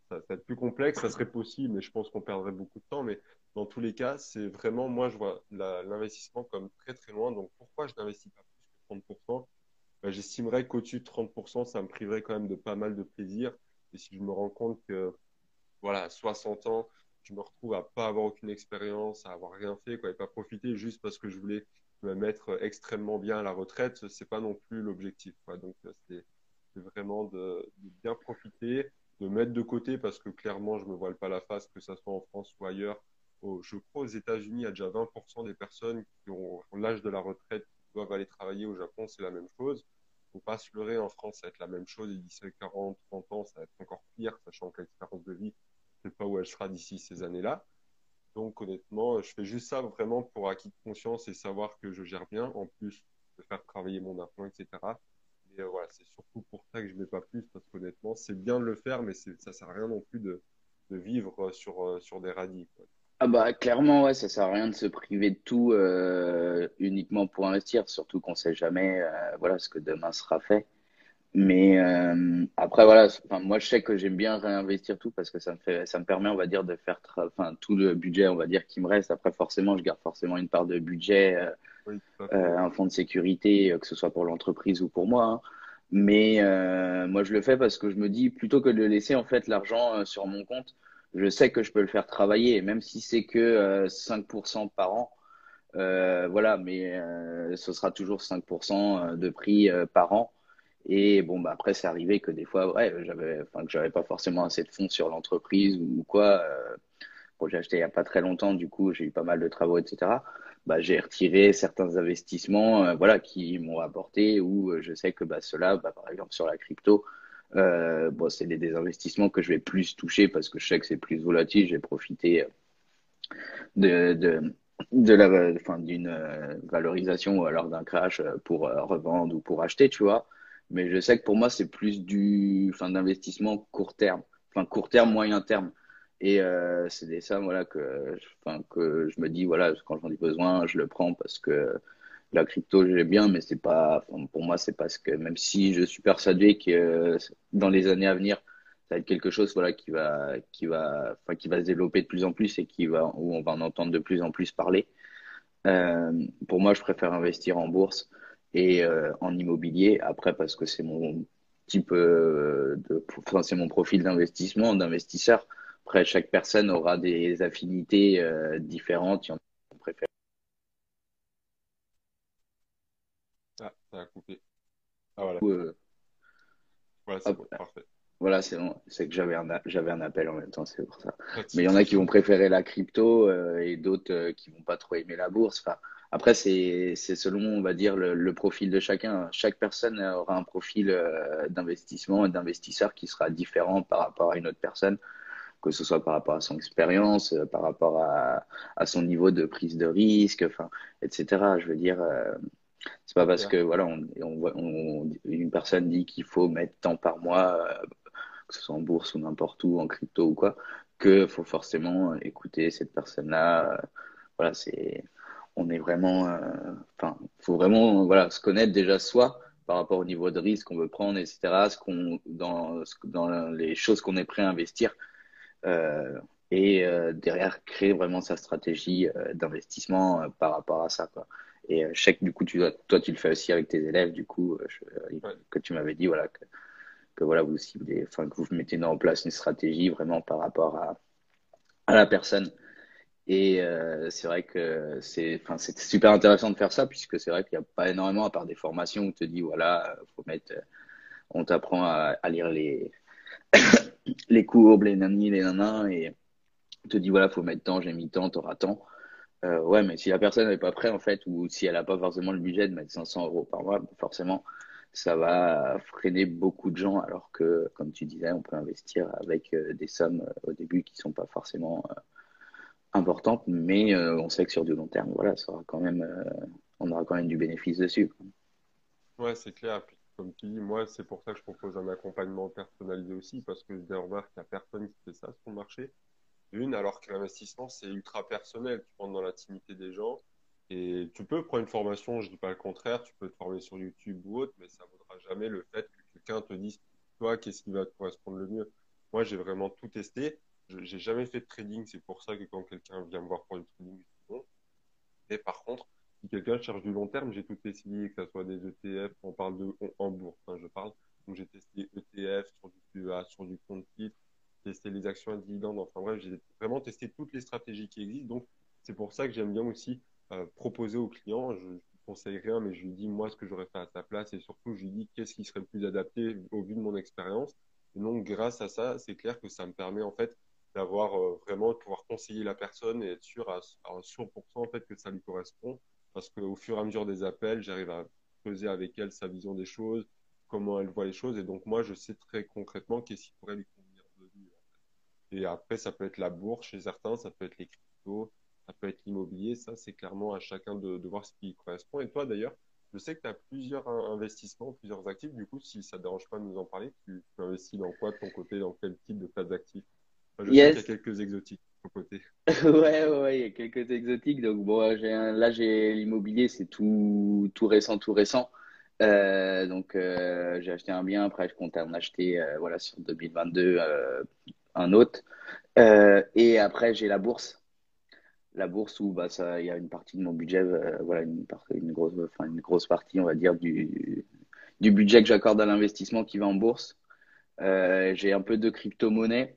ça, ça va être plus complexe, ça serait possible, mais je pense qu'on perdrait beaucoup de temps. Mais dans tous les cas, c'est vraiment, moi, je vois la- l'investissement comme très très loin. Donc pourquoi je n'investis pas plus que trente pour cent? Ben, j'estimerais qu'au-dessus de trente pour cent, ça me priverait quand même de pas mal de plaisir. Et si je me rends compte que, voilà, à soixante ans, je me retrouve à pas avoir aucune expérience, à avoir rien fait, quoi, et pas profiter juste parce que je voulais me mettre extrêmement bien à la retraite, c'est pas non plus l'objectif, quoi. Donc, euh, c'est c'est vraiment de, de bien profiter, de mettre de côté parce que clairement, je me voile pas la face, que ça soit en France ou ailleurs. Au- je crois aux États-Unis, il y a déjà vingt pour cent des personnes qui ont ont l'âge de la retraite qui doivent aller travailler. Au Japon, c'est la même chose. Faut pas se leurrer, en France, ça va être la même chose. Et d'ici quarante, trente ans, ça va être encore pire, sachant que l'expérience de vie, je sais pas où elle sera d'ici ces années-là. Donc, honnêtement, je fais juste ça vraiment pour acquis de conscience et savoir que je gère bien, en plus de faire travailler mon argent, et cetera. Mais euh, voilà, c'est surtout pour ça que je ne mets pas plus, parce qu'honnêtement, c'est bien de le faire, mais c'est, ça sert à rien non plus de, de vivre sur, euh, sur des radis, quoi. Ah bah clairement ouais, ça sert à rien de se priver de tout euh, uniquement pour investir, surtout qu'on sait jamais euh, voilà ce que demain sera fait. Mais euh, après voilà, c'est- enfin, moi je sais que j'aime bien réinvestir tout parce que ça me fait, ça me permet on va dire de faire, tra- enfin tout le budget on va dire qui me reste. Après forcément je garde forcément une part de budget, euh, Oui, tout à fait. euh, un fonds de sécurité, euh, que ce soit pour l'entreprise ou pour moi, hein. Mais euh, moi, je le fais parce que je me dis, plutôt que de laisser en fait l'argent euh, sur mon compte, je sais que je peux le faire travailler, et même si c'est que euh, cinq pour cent par an, euh, voilà, mais euh, ce sera toujours cinq pour cent de prix euh, par an. Et bon, bah après, c'est arrivé que des fois, ouais, j'avais, enfin, que j'avais pas forcément assez de fonds sur l'entreprise ou quoi. Euh, bon, j'ai acheté il y a pas très longtemps, du coup, j'ai eu pas mal de travaux, et cetera. Bah, j'ai retiré certains investissements, euh, voilà, qui m'ont apporté, ou euh, je sais que bah, ceux-là, bah, par exemple sur la crypto, euh, bon, c'est des, des investissements que je vais plus toucher parce que je sais que c'est plus volatile. J'ai profité de, de, de la, enfin, d'une euh, valorisation ou alors d'un crash euh, pour euh, revendre ou pour acheter, tu vois. Mais je sais que pour moi, c'est plus du, enfin, d'investissement court terme, enfin, court terme, moyen terme. Et euh, c'est des ça, voilà, que, enfin, que je me dis, voilà, quand j'en ai besoin, je le prends parce que la crypto, j'aime bien, mais c'est pas, enfin, pour moi, c'est parce que même si je suis persuadé que euh, dans les années à venir, ça va être quelque chose, voilà, qui va, qui va, enfin, qui va se développer de plus en plus et qui va, où on va en entendre de plus en plus parler. Euh, pour moi, je préfère investir en bourse et euh, en immobilier. Après, parce que c'est mon type euh, de, enfin, c'est mon profil d'investissement, d'investisseur. Après, chaque personne aura des affinités euh, différentes. Il y en a qui préfèrent. Ah, ça a coupé. Ah, voilà. euh, Voilà, c'est bon, hop, parfait. voilà, c'est bon. C'est que j'avais un, a- j'avais un appel en même temps, c'est pour ça. Pas de Mais il y en a qui souci. vont préférer la crypto euh, et d'autres euh, qui vont pas trop aimer la bourse. Enfin, après, c'est c'est selon, on va dire, le, le profil de chacun. Chaque personne aura un profil euh, d'investissement et d'investisseur qui sera différent par rapport à une autre personne, que ce soit par rapport à son expérience, euh, par rapport à, à son niveau de prise de risque, enfin, et cetera. Je veux dire, euh, c'est pas C'est parce clair. que voilà, on, on, voit- on- une personne dit qu'il faut mettre tant par mois, euh, que ce soit en bourse ou n'importe où, en crypto ou quoi, que faut forcément écouter cette personne-là. Euh, Voilà, c'est, on est vraiment, euh, enfin, faut vraiment, voilà, se connaître déjà soi par rapport au niveau de risque qu'on veut prendre, et cetera. Ce qu'on, dans, ce- dans les choses qu'on est prêt à investir, euh, et euh, derrière créer vraiment sa stratégie euh, d'investissement euh, par rapport à ça, quoi. Et euh, je sais que du coup, tu dois, toi, tu le fais aussi avec tes élèves, du coup, euh, je- euh, Ouais. que tu m'avais dit, voilà, que, que voilà, vous ciblez, enfin, que vous mettez en place une stratégie vraiment par rapport à, à la personne. Et euh, c'est vrai que c'est, enfin, c'est super intéressant de faire ça puisque c'est vrai qu'il n'y a pas énormément à part des formations où on te dit voilà, faut mettre, on t'apprend à, à lire les les courbes, les nanis, les nanas et on te dit voilà, faut mettre tant, j'ai mis tant, t'auras tant. Euh, ouais, mais si la personne n'est pas prête en fait ou si elle n'a pas forcément le budget de mettre cinq cents euros par mois, forcément ça va freiner beaucoup de gens alors que comme tu disais, on peut investir avec euh, des sommes euh, au début qui sont pas forcément euh, importante, mais euh, on sait que sur du long terme, voilà, ça aura quand même, euh, on aura quand même du bénéfice dessus. Ouais, c'est clair. Puis, comme tu dis, moi, c'est pour ça que je propose un accompagnement personnalisé aussi, parce que je remarque qu'il n'y a personne qui fait ça sur le marché. Une, alors que l'investissement, c'est ultra personnel. Tu rentres dans l'intimité des gens et tu peux prendre une formation, je dis pas le contraire, tu peux te former sur YouTube ou autre, mais ça vaudra jamais le fait que quelqu'un te dise, toi, qu'est-ce qui va te correspondre le mieux. moi, j'ai vraiment tout testé. Je j'ai jamais fait de trading. C'est pour ça que quand quelqu'un vient me voir pour du trading, je dis non. Et par contre, si quelqu'un cherche du long terme, j'ai tout essayé, que ce soit des E T F, on parle de en, en bourse, hein, je parle. Donc j'ai testé E T F sur du Q A, sur du compte titre, testé les actions à dividendes. Enfin bref, j'ai vraiment testé toutes les stratégies qui existent. Donc c'est pour ça que j'aime bien aussi euh, proposer aux clients. Je ne conseille rien, mais je lui dis moi ce que j'aurais fait à sa place et surtout je lui dis qu'est-ce qui serait le plus adapté au vu de mon expérience. Et donc grâce à ça, c'est clair que ça me permet en fait d'avoir euh, vraiment de pouvoir conseiller la personne et être sûr à, à cent pour cent en fait que ça lui correspond parce qu'au fur et à mesure des appels, j'arrive à creuser avec elle sa vision des choses, comment elle voit les choses et donc moi je sais très concrètement qu'est-ce qui pourrait lui convenir de mieux. Et après ça peut être la bourse chez certains, ça peut être les cryptos, ça peut être l'immobilier, ça c'est clairement à chacun de, de voir ce qui correspond. Et toi d'ailleurs, je sais que tu as plusieurs investissements, plusieurs actifs. Du coup, si ça ne dérange pas de nous en parler, tu, tu investis dans quoi de ton côté, dans quel type de classe d'actifs? Enfin, je sais qu'il y a Yes. quelques exotiques de ton côté. Ouais, ouais, ouais, il y a quelques exotiques. Donc, bon, j'ai un- là, j'ai l'immobilier, c'est tout, tout récent, tout récent. Euh, donc, euh, j'ai acheté un bien. Après, je compte en acheter, euh, voilà, sur deux mille vingt-deux, euh, un autre. Euh, et après, j'ai la bourse. La bourse où, bah, ça, il y a une partie de mon budget, euh, voilà, une, par- une grosse, enfin, une grosse partie, on va dire, du, du budget que j'accorde à l'investissement qui va en bourse. Euh, j'ai un peu de crypto-monnaie.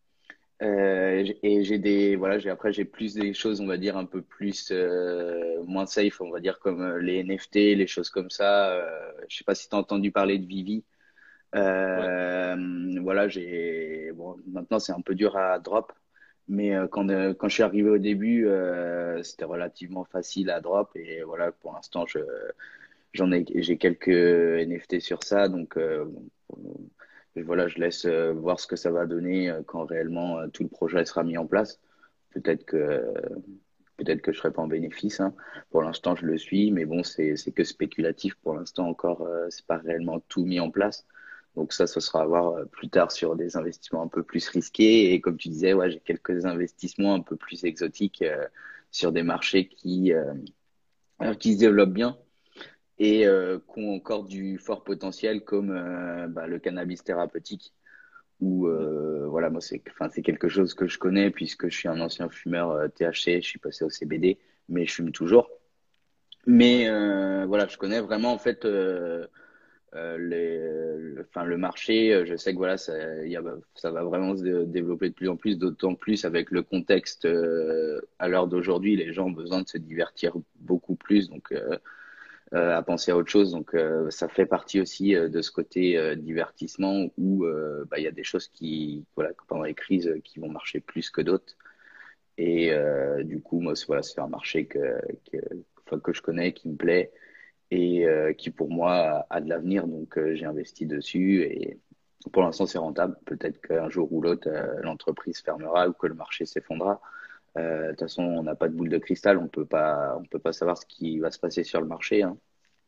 Euh, et j'ai des voilà j'ai après j'ai plus des choses on va dire un peu plus euh, moins safe on va dire comme euh, les N F T les choses comme ça euh, je sais pas si tu as entendu parler de Vivi Ouais, euh, voilà j'ai bon maintenant c'est un peu dur à drop mais euh, quand euh, quand je suis arrivé au début euh, c'était relativement facile à drop et voilà pour l'instant je j'en ai j'ai quelques N F T sur ça donc euh, bon, et voilà, je laisse euh, voir ce que ça va donner euh, quand réellement euh, tout le projet sera mis en place. Peut-être que euh, peut-être que je serai pas en bénéfice, hein. Pour l'instant, je le suis, mais bon, c'est c'est que spéculatif pour l'instant encore. Euh, c'est pas réellement tout mis en place. Donc ça, ce sera à voir euh, plus tard sur des investissements un peu plus risqués. Et comme tu disais, ouais, j'ai quelques investissements un peu plus exotiques euh, sur des marchés qui euh, qui se développent bien et euh, qui ont encore du fort potentiel comme euh, bah, le cannabis thérapeutique où mm, euh, voilà moi c'est enfin c'est quelque chose que je connais puisque je suis un ancien fumeur euh, T H C, je suis passé au C B D mais je fume toujours mais ouais, euh, voilà je connais vraiment en fait euh, euh, les, le, enfin le marché euh, je sais que voilà ça il y a, ça va vraiment se développer de plus en plus d'autant plus avec le contexte euh, à l'heure d'aujourd'hui les gens ont besoin de se divertir beaucoup plus donc euh, euh, à penser à autre chose. Donc, euh, ça fait partie aussi euh, de ce côté euh, divertissement où euh, bah, il y a des choses qui, voilà, pendant les crises, euh, qui vont marcher plus que d'autres. Et ouais. euh, du coup, moi, c'est voilà, c'est un marché que, que, enfin, que je connais, qui me plaît et euh, qui, pour moi, a, a de l'avenir. Donc, euh, j'ai investi dessus et pour l'instant, c'est rentable. Peut-être qu'un jour ou l'autre, euh, l'entreprise fermera ou que le marché s'effondrera. Euh, de toute façon, on n'a pas de boule de cristal, on peut pas, on peut pas savoir ce qui va se passer sur le marché, hein.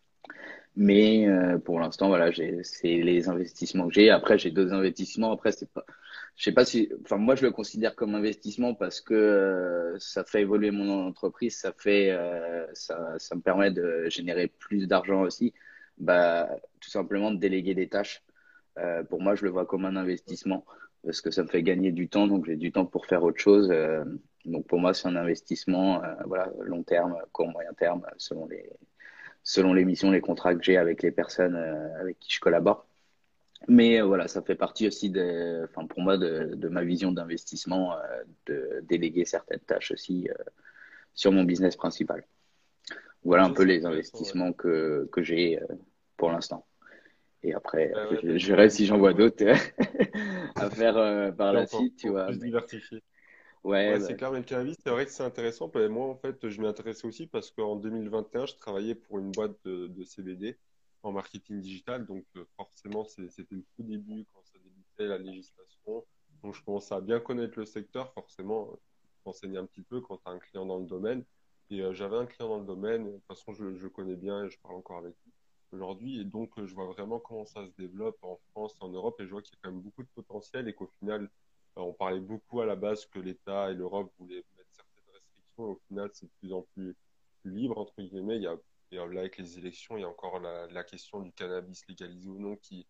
Mais euh, pour l'instant, voilà, j'ai, c'est les investissements que j'ai. Après, j'ai d'autres investissements. Après, c'est pas, je sais pas si, enfin, moi, je le considère comme investissement parce que euh, ça fait évoluer mon entreprise, ça fait, euh, ça, ça me permet de générer plus d'argent aussi. Bah, tout simplement de déléguer des tâches. Euh, pour moi, je le vois comme un investissement parce que ça me fait gagner du temps, donc j'ai du temps pour faire autre chose. Euh, donc pour moi, c'est un investissement, euh, voilà, long terme, court, moyen terme, selon les selon les missions, les contrats que j'ai avec les personnes euh, avec qui je collabore. Mais euh, voilà, ça fait partie aussi de, enfin pour moi de, de ma vision d'investissement, euh, de déléguer certaines tâches aussi euh, sur mon business principal. Voilà un Ok, peu c'est les intéressant, ouais. investissements que, que j'ai euh, pour l'instant. Et après, Ouais, ouais, je, bah, je verrai j'imagine si j'en que vois ouais. d'autres à faire euh, par C'est la encore, suite, tu encore vois. plus Mais diversifié. ouais, Ouais, bah, c'est clair, mais le cannabis, c'est vrai que c'est intéressant. Bah, moi, en fait, je m'y intéressais aussi parce qu'en deux mille vingt et un, je travaillais pour une boîte de, de C B D en marketing digital. Donc, euh, forcément, c'est- c'était le tout début quand ça débutait la législation. Donc, je commençais à bien connaître le secteur. Forcément, euh, m'enseigner un petit peu quand tu as un client dans le domaine. Et euh, j'avais un client dans le domaine. De toute façon, je, je connais bien et je parle encore avec lui aujourd'hui. Et donc, euh, je vois vraiment comment ça se développe en France, en Europe. Et je vois qu'il y a quand même beaucoup de potentiel et qu'au final, euh, on parlait beaucoup à la base que l'État et l'Europe voulaient mettre certaines restrictions. Au final, c'est de plus en plus, plus libre, entre guillemets. Il y a, et euh, là, avec les élections, il y a encore la, la question du cannabis légalisé ou non qui,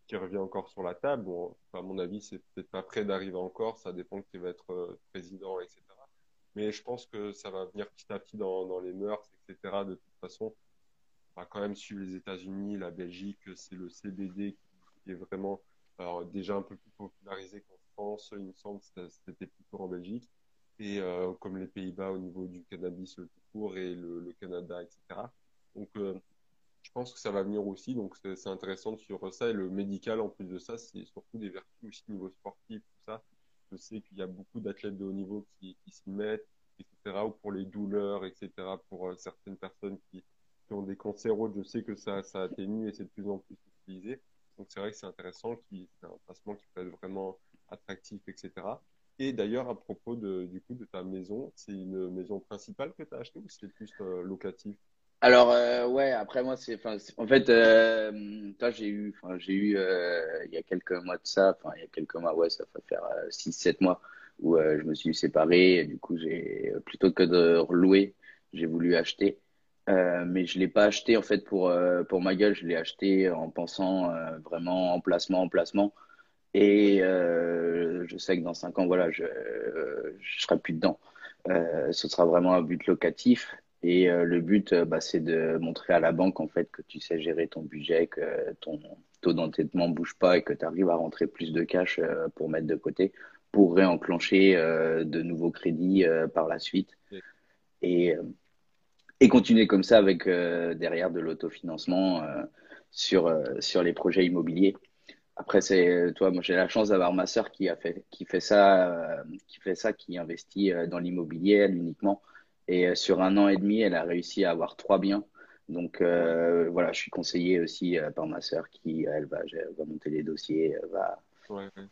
qui revient encore sur la table. Bon, à mon avis, c'est peut-être pas prêt d'arriver encore. Ça dépend qui va être euh, président, et cetera. Mais je pense que ça va venir petit à petit dans, dans les mœurs, et cetera. De toute façon, on va quand même suivre les États-Unis, la Belgique. C'est le C B D qui, qui est vraiment alors, déjà un peu plus popularisé qu'en France. Il me semble que c'était plutôt en Belgique. Et euh, comme les Pays-Bas au niveau du cannabis tout court et le, le Canada, et cetera. Donc, euh, je pense que ça va venir aussi, donc c'est c'est intéressant de suivre ça. Et le médical, en plus de ça, c'est surtout des vertus aussi au niveau sportif, tout ça. Je sais qu'il y a beaucoup d'athlètes de haut niveau qui, qui s'y mettent, et cetera. Ou pour les douleurs, et cetera. Pour euh, certaines personnes qui, qui ont des cancers autres, je sais que ça, ça atténue et c'est de plus en plus utilisé. Donc c'est vrai que c'est intéressant, qui, c'est un placement qui peut être vraiment attractif, et cetera. Et d'ailleurs, à propos de, du coup de ta maison, c'est une maison principale que tu as achetée ou c'est plus euh, locatif? Alors euh, ouais, après moi c'est, enfin c'est- en fait, euh, toi j'ai eu, enfin j'ai eu euh, il y a quelques mois de ça, enfin il y a quelques mois, ouais, ça va faire euh, six sept mois où euh, je me suis séparé et du coup j'ai plutôt que de louer, j'ai voulu acheter. Euh, mais je l'ai pas acheté en fait pour euh, pour ma gueule, je l'ai acheté en pensant euh, vraiment en placement, en placement. Et euh, je sais que dans cinq ans, voilà, je euh, je serai plus dedans. Euh, ce sera vraiment un but locatif. Et euh, le but, euh, bah, c'est de montrer à la banque en fait que tu sais gérer ton budget, que ton taux d'endettement bouge pas et que tu arrives à rentrer plus de cash euh, pour mettre de côté, pour réenclencher euh, de nouveaux crédits euh, par la suite Et- et, euh, et continuer comme ça avec euh, derrière de l'autofinancement euh, sur euh, sur les projets immobiliers. Après, c'est, toi, moi, j'ai la chance d'avoir ma sœur qui a fait, qui fait ça, euh, qui fait ça, qui investit euh, dans l'immobilier, elle uniquement. Et euh, sur un an et demi, elle a réussi à avoir trois biens. Donc, Ouais, euh, voilà, je suis conseillé aussi euh, par ma sœur qui, elle, va, elle va monter les dossiers, euh, va, ouais, ouais.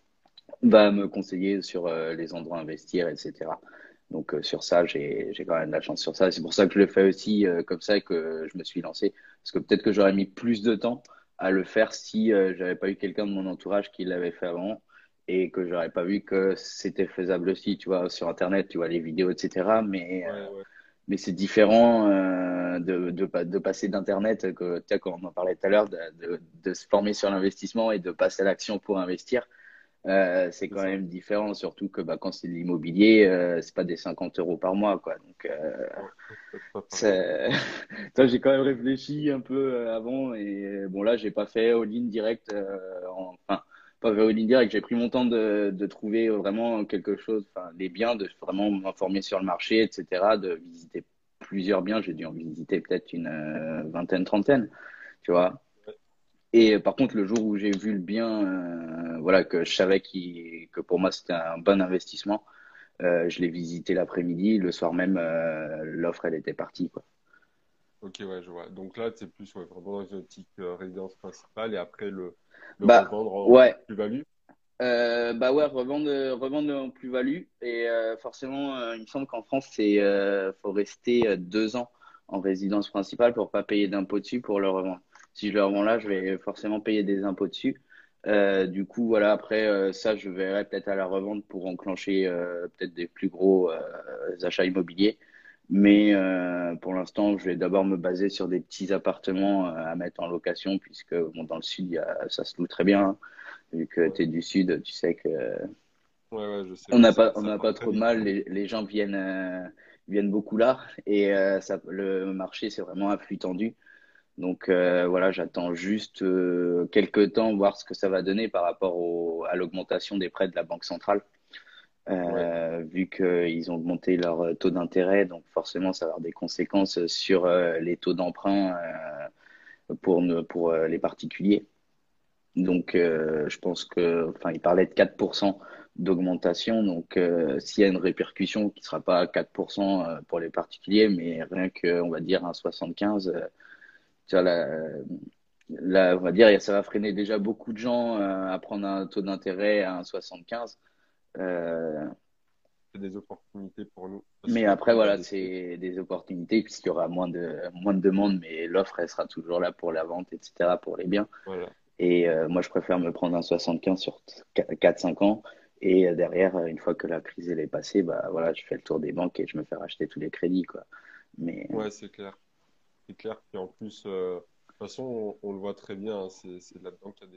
va me conseiller sur euh, les endroits à investir, et cetera. Donc, euh, sur ça, j'ai, j'ai quand même de la chance sur ça. C'est pour ça que je le fais aussi euh, comme ça et que je me suis lancé. Parce que peut-être que j'aurais mis plus de temps à le faire si euh, j'avais pas eu quelqu'un de mon entourage qui l'avait fait avant et que j'aurais pas vu que c'était faisable aussi. Tu vois, sur Internet, tu vois les vidéos, et cetera. Mais, euh, Ouais, ouais. mais c'est différent euh, de, de, pa- de passer d'Internet, que, tu sais, comme on en parlait tout à l'heure, de, de, de se former sur l'investissement et de passer à l'action pour investir. Euh, c'est C'est quand ça. même différent, surtout que bah, quand c'est de l'immobilier, euh, c'est pas des cinquante euros par mois, quoi. Donc, euh, Ouais, c'est pas pareil. c'est... Toi, j'ai quand même réfléchi un peu euh, avant et euh, bon, là, j'ai pas fait all-in direct, euh, en- enfin, pas fait all-in direct, j'ai pris mon temps de, de trouver vraiment quelque chose, enfin, les biens, de vraiment m'informer sur le marché, et cetera, de visiter plusieurs biens, j'ai dû en visiter peut-être une euh, vingtaine, trentaine, tu vois. Ouais, Et euh, par contre, le jour où j'ai vu le bien, euh, voilà, que je savais qu'il, que pour moi c'était un bon investissement, euh, je l'ai visité l'après-midi. Le soir même, euh, l'offre elle était partie, quoi. ok, ouais, je vois. Donc là, c'est plus ouais, vraiment dans une optique euh, résidence principale et après le, le Bah revendre en ouais, plus-value. euh, bah ouais, revendre, revendre en plus-value. Et euh, forcément, euh, il me semble qu'en France, c'est euh, faut rester euh, deux ans en résidence principale pour pas payer d'impôts dessus pour le revendre. Si je le revends là, je vais forcément payer des impôts dessus. Euh, du coup, voilà, après euh, ça, je verrai peut-être à la revente pour enclencher euh, peut-être des plus gros euh, achats immobiliers. Mais euh, pour l'instant, je vais d'abord me baser sur des petits appartements euh, à mettre en location, puisque bon, dans le sud, il y a, ça se loue très bien, hein. Vu que Ouais, tu es du sud, tu sais que ouais, ouais, je sais, on ouais, n'a pas, ça, on ça n'a part pas très trop de vite. mal. Les, les gens viennent, euh, viennent beaucoup là et euh, ça, le marché, c'est vraiment un flux tendu. Donc euh, voilà, j'attends juste euh, quelques temps, voir ce que ça va donner par rapport au, à l'augmentation des prêts de la Banque centrale. Ouais, Euh, vu qu'ils ont augmenté leur taux d'intérêt, donc forcément, ça va avoir des conséquences sur euh, les taux d'emprunt euh, pour, ne- pour euh, les particuliers. Donc, euh, je pense que, enfin, il parlait de quatre pour cent d'augmentation. Donc, euh, s'il y a une répercussion qui ne sera pas à quatre pour cent euh, pour les particuliers, mais rien que, on va dire, un soixante-quinze, euh, tu vois, là, là, on va dire, ça va freiner déjà beaucoup de gens euh, à prendre un taux d'intérêt à un soixante-quinze. Euh, c'est des opportunités pour nous parce mais que après, tout va voilà, baisser. c'est des opportunités puisqu'il y aura moins de, moins de demandes, mais l'offre, elle sera toujours là pour la vente, et cetera, pour les biens. Voilà. Et euh, moi, je préfère me prendre un soixante-quinze sur quatre cinq ans. Et euh, derrière, euh, une fois que la crise elle est passée, bah voilà, je fais le tour des banques et je me fais racheter tous les crédits, quoi. Mais Ouais, c'est clair. C'est clair. Puis en plus, euh, de toute façon, on, on le voit très bien, hein, c'est c'est là-dedans qu'il y a des opportunités.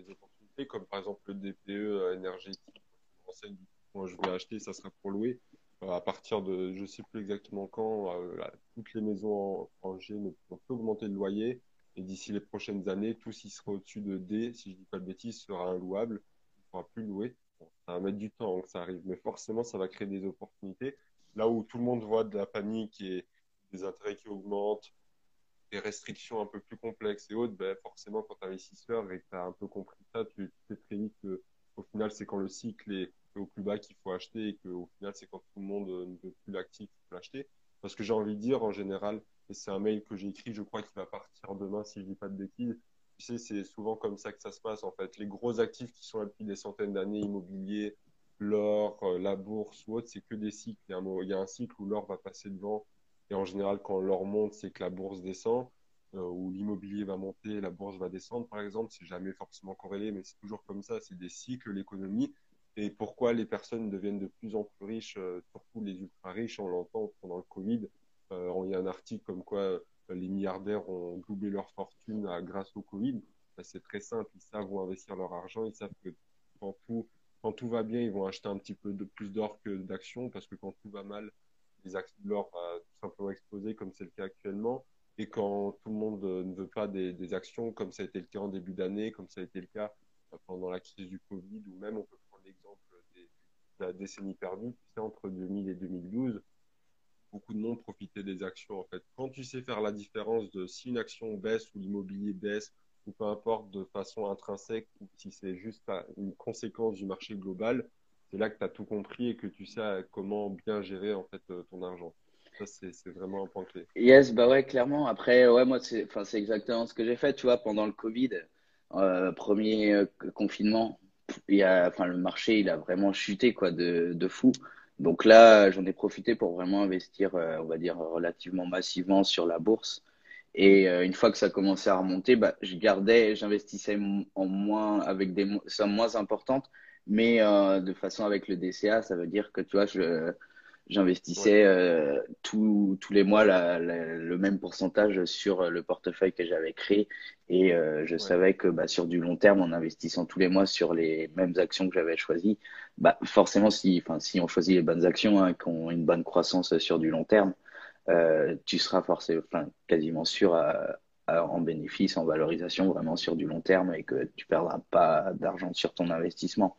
opportunités, comme par exemple le D P E euh, énergétique. Je renseigne, quand je vais acheter, ça sera pour louer. Euh, à partir de, je sais plus exactement quand, euh, là, toutes les maisons en, en G ne pourront plus augmenter le loyer. Et d'ici les prochaines années, tout ce qui sera au-dessus de D, si je dis pas de bêtises, sera inlouable. Il ne pourra plus louer. Bon, ça va mettre du temps avant que ça arrive, mais forcément, ça va créer des opportunités. Là où tout le monde voit de la panique et des intérêts qui augmentent, des restrictions un peu plus complexes et autres, ben forcément, quand tu es investisseur et que tu as un peu compris ça, tu, tu sais très vite que au final, c'est quand le cycle est au plus bas qu'il faut acheter et qu'au final, c'est quand tout le monde ne veut plus l'actif qu'il faut l'acheter. Parce que j'ai envie de dire, en général, et c'est un mail que j'ai écrit, je crois qu'il va partir demain si je dis pas de bêtises. Tu sais, c'est souvent comme ça que ça se passe, en fait. Les gros actifs qui sont là depuis des centaines d'années, immobiliers, l'or, euh, la bourse ou autre, c'est que des cycles. Il y a un, il y a un cycle où l'or va passer devant et en général, quand l'or monte, c'est que la bourse descend, euh, ou l'immobilier va monter, la bourse va descendre, par exemple. C'est jamais forcément corrélé, mais c'est toujours comme ça. C'est des cycles, l'économie. Et pourquoi les personnes deviennent de plus en plus riches, euh, surtout les ultra riches, on l'entend pendant le Covid. Euh, il y a un article comme quoi euh, les milliardaires ont doublé leur fortune à, grâce au Covid. Ben, c'est très simple. Ils savent où investir leur argent. Ils savent que quand tout, quand tout va bien, ils vont acheter un petit peu de plus d'or que d'actions parce que quand tout va mal, les actions de l'or va tout simplement exploser comme c'est le cas actuellement. Et quand tout le monde euh, ne veut pas des, des actions, comme ça a été le cas en début d'année, comme ça a été le cas euh, pendant la crise du Covid, ou même on peut prendre l'exemple des, de la décennie perdue, tu sais, entre deux mille et deux mille douze, beaucoup de monde profitait des actions en fait. Quand tu sais faire la différence de si une action baisse ou l'immobilier baisse, ou peu importe de façon intrinsèque, ou si c'est juste une conséquence du marché global, c'est là que tu as tout compris et que tu sais comment bien gérer en fait euh, ton argent. Ça, c'est c'est vraiment un point clé. Yes, bah ouais, clairement. Après, ouais, moi, c'est, enfin, c'est exactement ce que j'ai fait, tu vois, pendant le Covid, euh, premier euh, confinement, il y a, enfin, le marché, il a vraiment chuté, quoi, de, de fou. Donc là, j'en ai profité pour vraiment investir, euh, on va dire, relativement massivement sur la bourse. Et euh, une fois que ça commençait à remonter, bah, je gardais, j'investissais m- en moins, avec des mo- sommes moins importantes, mais euh, de façon avec le D C A, ça veut dire que, tu vois, je, Ouais, j'investissais euh, tous tous les mois la- la- le même pourcentage sur le portefeuille que j'avais créé et euh, je ouais, savais que bah, sur du long terme, en investissant tous les mois sur les mêmes actions que j'avais choisies, bah, forcément, si, enfin, si on choisit les bonnes actions hein, qui ont une bonne croissance sur du long terme, euh, tu seras forcément, enfin, quasiment sûr à, à- en bénéfice, en valorisation vraiment sur du long terme et que tu perdras pas d'argent sur ton investissement.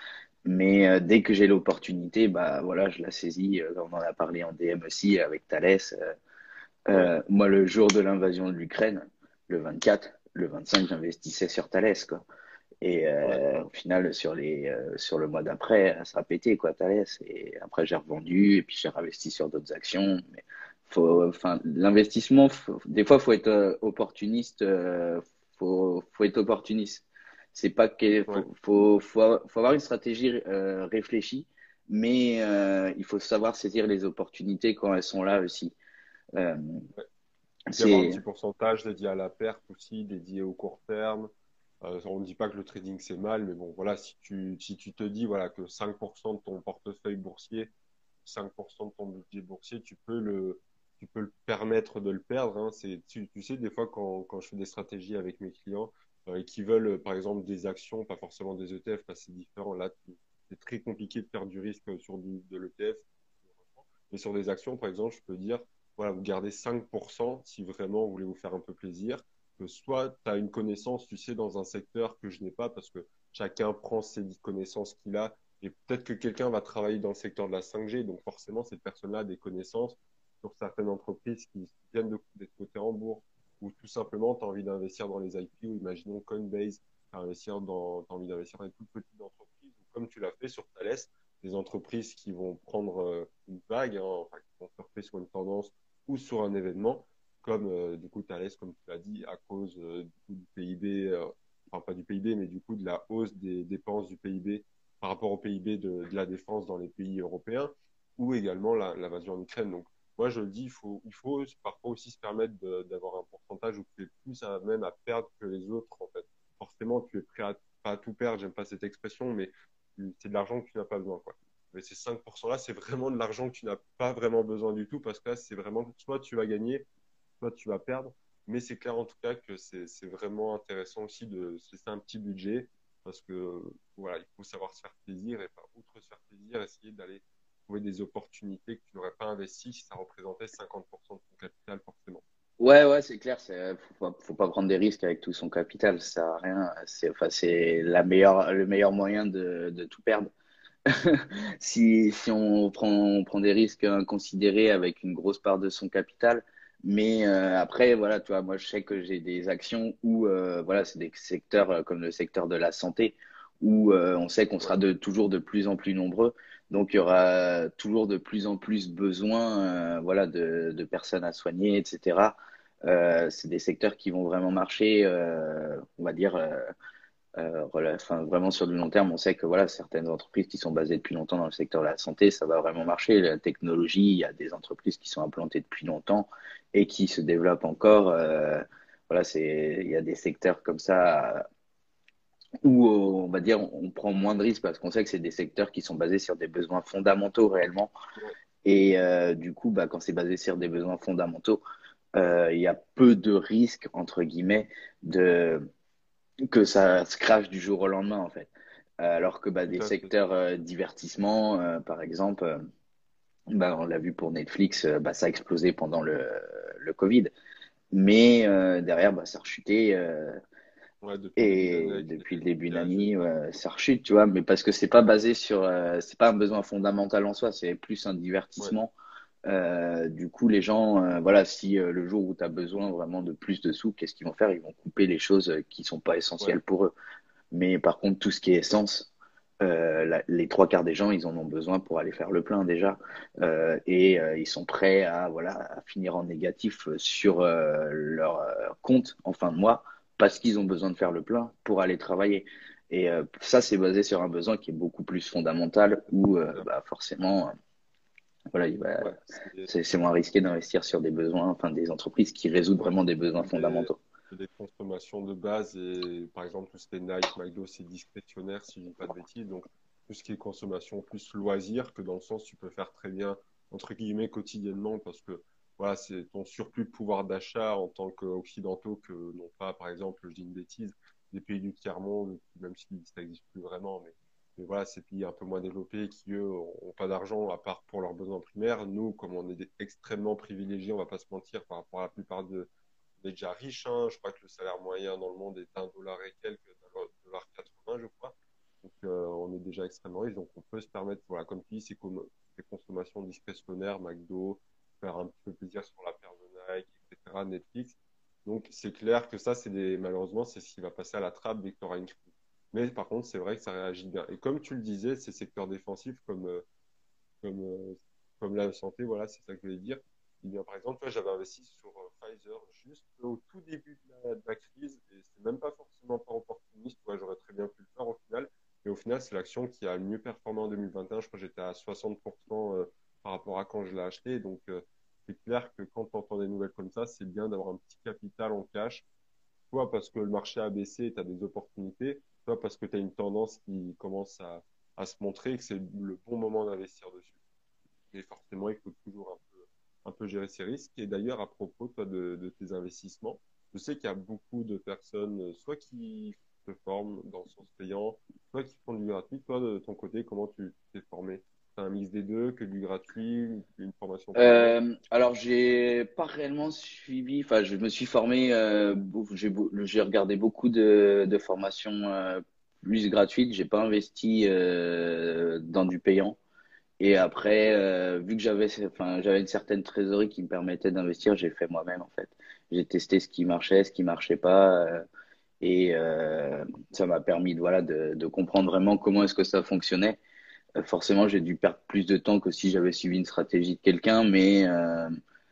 Mais euh, dès que j'ai l'opportunité, bah voilà, je la saisis. Euh, on en a parlé en D M aussi avec Thales. Euh, ouais, euh, moi, le jour de l'invasion de l'Ukraine, le vingt-quatre, le vingt-cinq, j'investissais sur Thales, quoi. Et ouais, euh, au final, sur les, euh, sur le mois d'après, ça a pété, quoi, Thales. Et après, j'ai revendu et puis j'ai réinvesti sur d'autres actions. Mais faut, enfin, l'investissement, faut- des fois, faut être euh, opportuniste. Euh, faut, faut être opportuniste. C'est pas que ouais. faut, faut, faut, faut avoir une stratégie euh, réfléchie, mais euh, il faut savoir saisir les opportunités quand elles sont là aussi. Euh, Ouais. Et puis avoir un c'est petit pourcentage dédié à la perte aussi, dédié au court terme. Euh, on ne dit pas que le trading c'est mal, mais bon, voilà, si tu, si tu te dis voilà, que cinq pour cent de ton portefeuille boursier, cinq pour cent de ton budget boursier, tu peux le, tu peux le permettre de le perdre. Hein. C'est, tu, tu sais, des fois, quand, quand je fais des stratégies avec mes clients euh, et qui veulent, euh, par exemple, des actions, pas forcément des E T F, parce que c'est différent. Là, tu- c'est très compliqué de faire du risque sur du, de l'E T F. Mais sur des actions, par exemple, je peux dire, voilà, vous gardez cinq pour cent si vraiment vous voulez vous faire un peu plaisir. Que soit tu as une connaissance, tu sais, dans un secteur que je n'ai pas, parce que chacun prend ses connaissances qu'il a. Et peut-être que quelqu'un va travailler dans le secteur de la cinq G, donc forcément, cette personne-là a des connaissances sur certaines entreprises qui viennent de- d'être cotées en bourse, ou tout simplement, tu as envie d'investir dans les I P O, imaginons Coinbase, tu as, as envie d'investir dans les toutes petites entreprises, ou comme tu l'as fait sur Thales, des entreprises qui vont prendre euh, une vague, hein, enfin, qui vont surfer sur une tendance ou sur un événement, comme euh, du coup Thales, comme tu l'as dit, à cause euh, du, coup, du P I B, euh, enfin pas du P I B, mais du coup de la hausse des dépenses du P I B par rapport au P I B de, de la défense dans les pays européens, ou également la- l'invasion en Ukraine. Donc moi je le dis, il faut, il faut parfois aussi se permettre de- d'avoir un pourcentage où tu es plus à même à perdre que les autres en fait. Forcément, tu es prêt à pas à tout perdre, j'aime pas cette expression, mais c'est de l'argent que tu n'as pas besoin, quoi. Mais ces cinq pour cent-là, c'est vraiment de l'argent que tu n'as pas vraiment besoin du tout parce que là, c'est vraiment soit tu vas gagner, soit tu vas perdre. Mais c'est clair en tout cas que c'est c'est vraiment intéressant aussi de se laisser un petit budget parce que voilà, il faut savoir se faire plaisir et pas outre se faire plaisir, essayer d'aller trouver des opportunités que tu n'aurais pas investies si ça représentait cinquante pour cent de ton capital forcément. Ouais, ouais, c'est clair. C'est, faut pas, faut pas prendre des risques avec tout son capital. Ça sert à rien. C'est, enfin, c'est la meilleure, le meilleur moyen de, de tout perdre. Si, si on prend, on prend des risques inconsidérés avec une grosse part de son capital. Mais euh, après, voilà, tu vois, moi, je sais que j'ai des actions où, euh, voilà, c'est des secteurs euh, comme le secteur de la santé, où euh, on sait qu'on Ouais, sera de, toujours de plus en plus nombreux. Donc, il y aura toujours de plus en plus besoin, euh, voilà, de, de personnes à soigner, et cetera. Euh, c'est des secteurs qui vont vraiment marcher, euh, on va dire. Euh, euh, rela- enfin, vraiment sur du long terme, on sait que voilà, certaines entreprises qui sont basées depuis longtemps dans le secteur de la santé, ça va vraiment marcher. La technologie, il y a des entreprises qui sont implantées depuis longtemps et qui se développent encore. Euh, voilà, c'est, il y a des secteurs comme ça où on va dire on prend moins de risques parce qu'on sait que c'est des secteurs qui sont basés sur des besoins fondamentaux réellement. ouais, Et euh, du coup, bah, quand c'est basé sur des besoins fondamentaux, euh, il y a peu de risques entre guillemets de que ça se crache du jour au lendemain en fait. Euh, Alors que bah, des tout à fait. secteurs euh, divertissement, euh, par exemple, euh, bah, on l'a vu pour Netflix, euh, bah, ça a explosé pendant le, le Covid, mais euh, derrière bah, ça a rechuté euh, Ouais, depuis le début d'année et avec les depuis le début voyages et d'année tout. euh, ça rechute, tu vois, mais parce que c'est pas basé sur, euh, c'est pas un besoin fondamental en soi, c'est plus un Ouais, divertissement. Euh, du coup, les gens, euh, voilà, si euh, le jour où tu as besoin vraiment de plus de sous, qu'est-ce qu'ils vont faire? Ils vont couper les choses euh, qui sont pas ouais, essentielles pour eux. Mais par contre, tout ce qui est essence, euh, la- les trois quarts des gens, ils en ont besoin pour aller faire le plein déjà. Euh, et euh, ils sont prêts à, voilà, à finir en négatif sur euh, leur euh, compte en fin de mois parce qu'ils ont besoin de faire le plein pour aller travailler. Et euh, ça, c'est basé sur un besoin qui est beaucoup plus fondamental où euh, clair. bah, forcément, euh, voilà, il va, Ouais, c'est c'est, c'est moins risqué d'investir sur des besoins, enfin des entreprises qui résout ouais, vraiment des besoins c'est des, fondamentaux. c'est des consommations de base et par exemple tout ce qui est Nike, McDo, c'est discrétionnaire si je dis pas de bêtises. Donc tout ce qui est consommation plus loisir que dans le sens tu peux faire très bien entre guillemets quotidiennement parce que voilà, c'est ton surplus de pouvoir d'achat en tant qu'occidentaux que non pas par exemple, je dis une bêtise, des pays du tiers-monde, même si ça n'existe plus vraiment, mais, mais voilà, ces pays un peu moins développés qui eux ont pas d'argent à part pour leurs besoins primaires. Nous, comme on est des- extrêmement privilégiés, on va pas se mentir par rapport à la plupart de on est déjà riche, hein. Je crois que le salaire moyen dans le monde est un dollar et quelques, un dollar quatre-vingts, je crois. Donc, euh, on est déjà extrêmement riche. Donc, on peut se permettre, voilà, comme tu dis, ces, com- ces consommations discrétionnaires, McDo, faire un petit peu plaisir sur la paire de Nike, et cetera, Netflix. Donc, c'est clair que ça, c'est des, malheureusement, c'est ce qui va passer à la trappe dès que tu auras une crise. Mais par contre, c'est vrai que ça réagit bien. Et comme tu le disais, ces secteurs défensifs comme, euh, comme, euh, comme la santé, voilà, c'est ça que je voulais dire. Eh bien, par exemple, j'avais investi sur euh, Pfizer juste au tout début de la, de la crise et c'est même pas forcément pas opportuniste. Ouais, j'aurais très bien pu le faire au final. Mais au final, c'est l'action qui a le mieux performé en deux mille vingt et un. Je crois que j'étais à soixante pour cent euh, par rapport à quand je l'ai acheté. Donc, euh, c'est clair que quand tu entends des nouvelles comme ça, c'est bien d'avoir un petit capital en cash, soit parce que le marché a baissé et tu as des opportunités, soit parce que tu as une tendance qui commence à, à se montrer et que c'est le bon moment d'investir dessus. Mais forcément, il faut toujours un peu, un peu gérer ses risques. Et d'ailleurs, à propos, toi, de, de tes investissements, je sais qu'il y a beaucoup de personnes, euh, soit qui se forment dans le sens payant, soit qui font du gratuit. Toi, de ton côté, comment tu t'es formé? C'est un mix des deux, que du gratuit, une formation payante? Euh, alors, j'ai pas réellement suivi, enfin, je me suis formé, euh, beau- j'ai beau- j'ai regardé beaucoup de, de formations euh, plus gratuites. J'ai pas investi euh, dans du payant. Et après, Ouais, euh, vu que j'avais, enfin, j'avais une certaine trésorerie qui me permettait d'investir, j'ai fait moi-même en fait. J'ai testé ce qui marchait, ce qui marchait pas, euh, et euh, ça m'a permis de, voilà, de, de comprendre vraiment comment est-ce que ça fonctionnait. Euh, forcément, j'ai dû perdre plus de temps que si j'avais suivi une stratégie de quelqu'un, mais euh,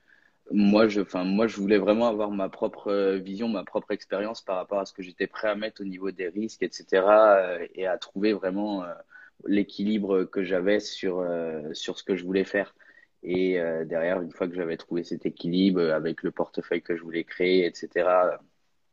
moi, je, enfin, moi, je voulais vraiment avoir ma propre euh, vision, ma propre expérience par rapport à ce que j'étais prêt à mettre au niveau des risques, et cetera euh, Et à trouver vraiment euh, l'équilibre que j'avais sur, euh, sur ce que je voulais faire. Et euh, derrière, une fois que j'avais trouvé cet équilibre euh, avec le portefeuille que je voulais créer, et cetera.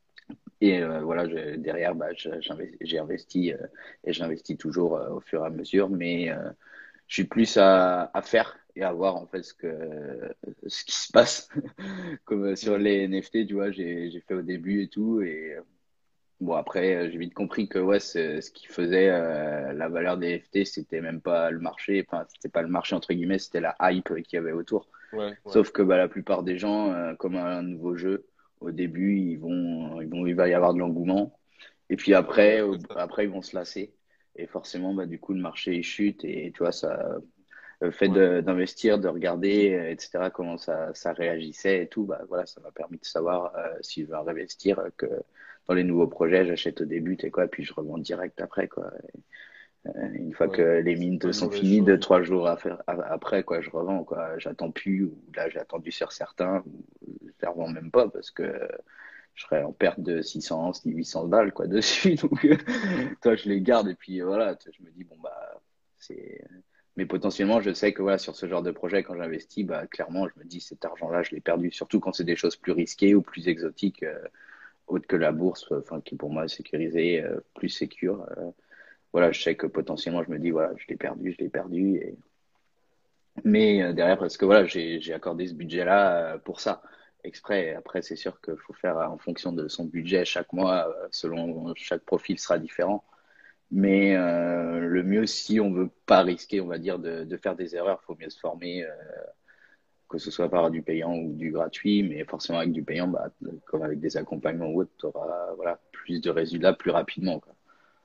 Et euh, voilà, je- derrière, bah, je- j'invest- j'ai investi euh, et j'investis toujours euh, au fur et à mesure, mais euh, je suis plus à, à faire et à voir en fait ce que ce qui se passe comme euh, sur ouais, les N F T, tu vois, j'ai j'ai fait au début et tout et Bon, après, euh, j'ai vite compris que ouais, c'est- ce qui faisait euh, la valeur des N F T, c'était même pas le marché, enfin, c'était pas le marché entre guillemets, c'était la hype qu'il y avait autour. Ouais, ouais, Sauf que bah, la plupart des gens, euh, comme un nouveau jeu, au début, ils vont, ils vont, il va y avoir de l'engouement. Et puis c'est ça. Et après, après, au- ça, après, ils vont se lasser. Et forcément, bah, du coup, le marché il chute. Et tu vois, ça, le fait ouais, de- d'investir, de regarder, euh, et cetera, comment ça, ça réagissait et tout, bah, voilà, ça m'a permis de savoir euh, si je veux réinvestir, euh, que dans les nouveaux projets, j'achète au début, et quoi, et puis je revends direct après, quoi. Euh, une fois que ouais. les C'est pas mines une sont mauvaise finies, deux, chose. trois jours à faire, à- après, quoi, je revends, quoi. J'attends plus, ou là, j'ai attendu sur certains, ou je les revends même pas parce que je serais en perte de six cents, huit cents balles, quoi, dessus. Donc, euh, toi, je les garde et puis euh, voilà, tu- je me dis, bon, bah, c'est. Mais potentiellement, je sais que voilà, sur ce genre de projet, quand j'investis, bah, clairement, je me dis, cet argent-là, je l'ai perdu. Surtout quand c'est des choses plus risquées ou plus exotiques, euh, autres que la bourse, enfin, qui pour moi est sécurisée, euh, plus sécure. Euh, voilà, je sais que potentiellement, je me dis, voilà, je l'ai perdu, je l'ai perdu. Et... Mais euh, derrière, Ouais. parce que voilà, j'ai j'ai accordé ce budget-là euh, pour ça, exprès. Après, c'est sûr qu'il faut faire euh, en fonction de son budget chaque mois, euh, selon chaque profil sera différent. Mais euh, le mieux, si on veut pas risquer, on va dire, de, de faire des erreurs, faut mieux se former, euh, que ce soit par du payant ou du gratuit. Mais forcément, avec du payant, bah, comme avec des accompagnements ou autres, tu auras voilà, plus de résultats plus rapidement, quoi.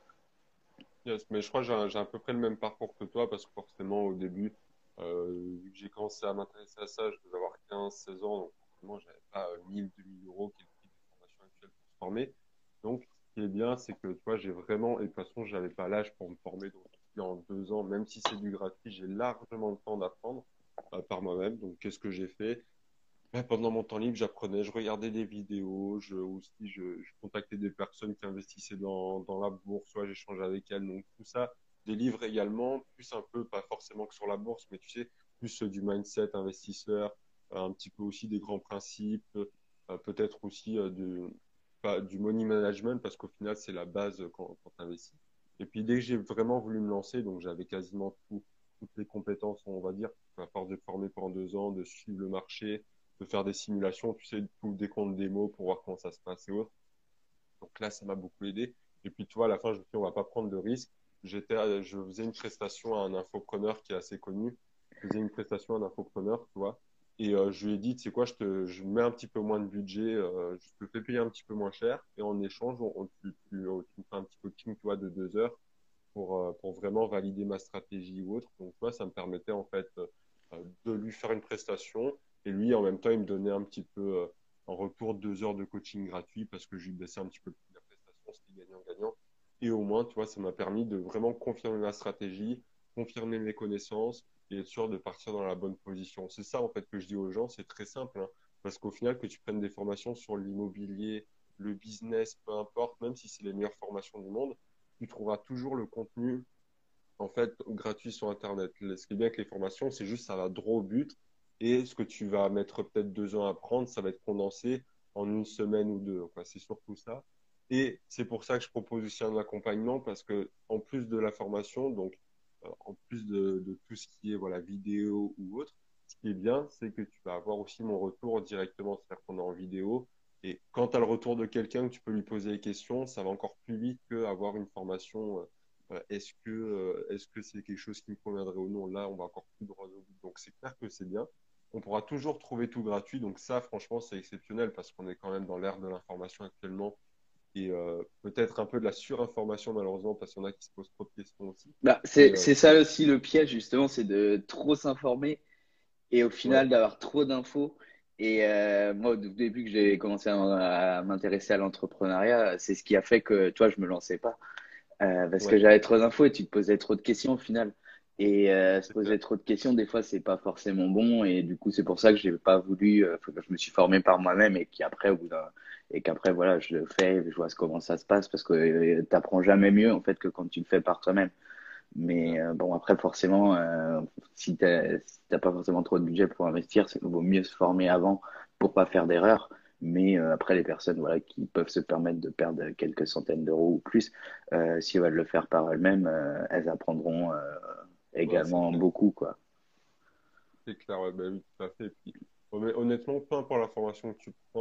Yes, mais je crois que j'ai un- j'ai à peu près le même parcours que toi parce que forcément au début, euh, vu que j'ai commencé à m'intéresser à ça, je devais avoir quinze seize ans, donc forcément j'avais pas euh, mille, deux mille euros qui est le prix des formations actuelles pour se former. Donc ce qui est bien, c'est que tu vois, j'ai vraiment, et de toute façon j'avais pas l'âge pour me former, donc en deux ans, même si c'est du gratuit, j'ai largement le temps d'apprendre euh, par moi-même. Donc qu'est-ce que j'ai fait? Ouais, pendant mon temps libre, j'apprenais, je regardais des vidéos, je, aussi je, je contactais des personnes qui investissaient dans, dans la bourse, soit j'échangeais avec elles. Donc tout ça, des livres également, plus un peu, pas forcément que sur la bourse, mais tu sais, plus euh, du mindset investisseur, euh, un petit peu aussi des grands principes, euh, peut-être aussi euh, de, pas, du money management, parce qu'au final, c'est la base euh, quand, quand tu investis. Et puis dès que j'ai vraiment voulu me lancer, donc j'avais quasiment tout, toutes les compétences, on va dire, à force de former pendant deux ans, de suivre le marché, de faire des simulations, tu sais, tout des comptes démo pour voir comment ça se passe et autres. Donc là, ça m'a beaucoup aidé. Et puis, tu vois, à la fin, je me suis dit, on va pas prendre de risques. J'étais, je faisais une prestation à un infopreneur qui est assez connu. Je faisais une prestation à un infopreneur, tu vois. Et euh, je lui ai dit, tu sais quoi, je te, je mets un petit peu moins de budget, euh, je te fais payer un petit peu moins cher. Et en échange, on, on- tu, tu, tu me fais un petit coaching, tu vois, de deux heures pour, euh, pour vraiment valider ma stratégie ou autre. Donc, tu vois, ça me permettait en fait euh, de lui faire une prestation et lui, en même temps, il me donnait un petit peu euh, en retour deux heures de coaching gratuit parce que je lui baissais un petit peu le prix de la prestation, c'était gagnant-gagnant. Et au moins, tu vois, ça m'a permis de vraiment confirmer ma stratégie, confirmer mes connaissances et être sûr de partir dans la bonne position. C'est ça, en fait, que je dis aux gens, c'est très simple, hein, parce qu'au final, que tu prennes des formations sur l'immobilier, le business, peu importe, même si c'est les meilleures formations du monde, tu trouveras toujours le contenu en fait gratuit sur Internet. Ce qui est bien avec les formations, c'est juste ça va droit au but et ce que tu vas mettre peut-être deux ans à apprendre, ça va être condensé en une semaine ou deux. Quoi. C'est surtout ça. Et c'est pour ça que je propose aussi un accompagnement parce que en plus de la formation, donc euh, en plus de, de, tout ce qui est voilà vidéo ou autre, ce qui est bien, c'est que tu vas avoir aussi mon retour directement, c'est-à-dire qu'on est en vidéo. Et quand tu as le retour de quelqu'un que tu peux lui poser des questions, ça va encore plus vite qu'avoir une formation euh, euh, est-ce que euh, est-ce que c'est quelque chose qui me conviendrait ou non? Là, on va encore plus droit au but. Donc, c'est clair que c'est bien. On pourra toujours trouver tout gratuit. Donc, ça, franchement, c'est exceptionnel parce qu'on est quand même dans l'ère de l'information actuellement et euh, peut-être un peu de la surinformation, malheureusement, parce qu'il y en a qui se posent trop de questions aussi. Bah, Mais c'est, euh, c'est c'est ça aussi le piège, justement, c'est de trop s'informer et au ouais, final d'avoir trop d'infos. Et euh, moi, au début que j'ai commencé à, à m'intéresser à l'entrepreneuriat, c'est ce qui a fait que, toi, je me lançais pas. Euh, parce que ouais, j'avais trop d'infos et tu te posais trop de questions au final. Et euh, se c'est clair. poser trop de questions, des fois, c'est pas forcément bon. Et du coup, c'est pour ça que j'ai pas voulu, euh, faut que je me suis formé par moi-même et qu'après, au bout d'un, et qu'après, voilà, je le fais, je vois comment ça se passe parce que euh, t'apprends jamais mieux, en fait, que quand tu le fais par toi-même. C'est clair. Mais euh, bon, après, forcément, euh, si t'as, si t'as pas forcément trop de budget pour investir, c'est vaut mieux se former avant pour pas faire d'erreurs. Mais euh, après, les personnes voilà, qui peuvent se permettre de perdre quelques centaines d'euros ou plus, euh, si elles veulent le faire par elles-mêmes, euh, elles apprendront euh, Ouais, c'est également clair. beaucoup, quoi. C'est clair, ouais, bah oui, tout à fait. Et puis, honn- honnêtement, peu importe la formation que tu prends,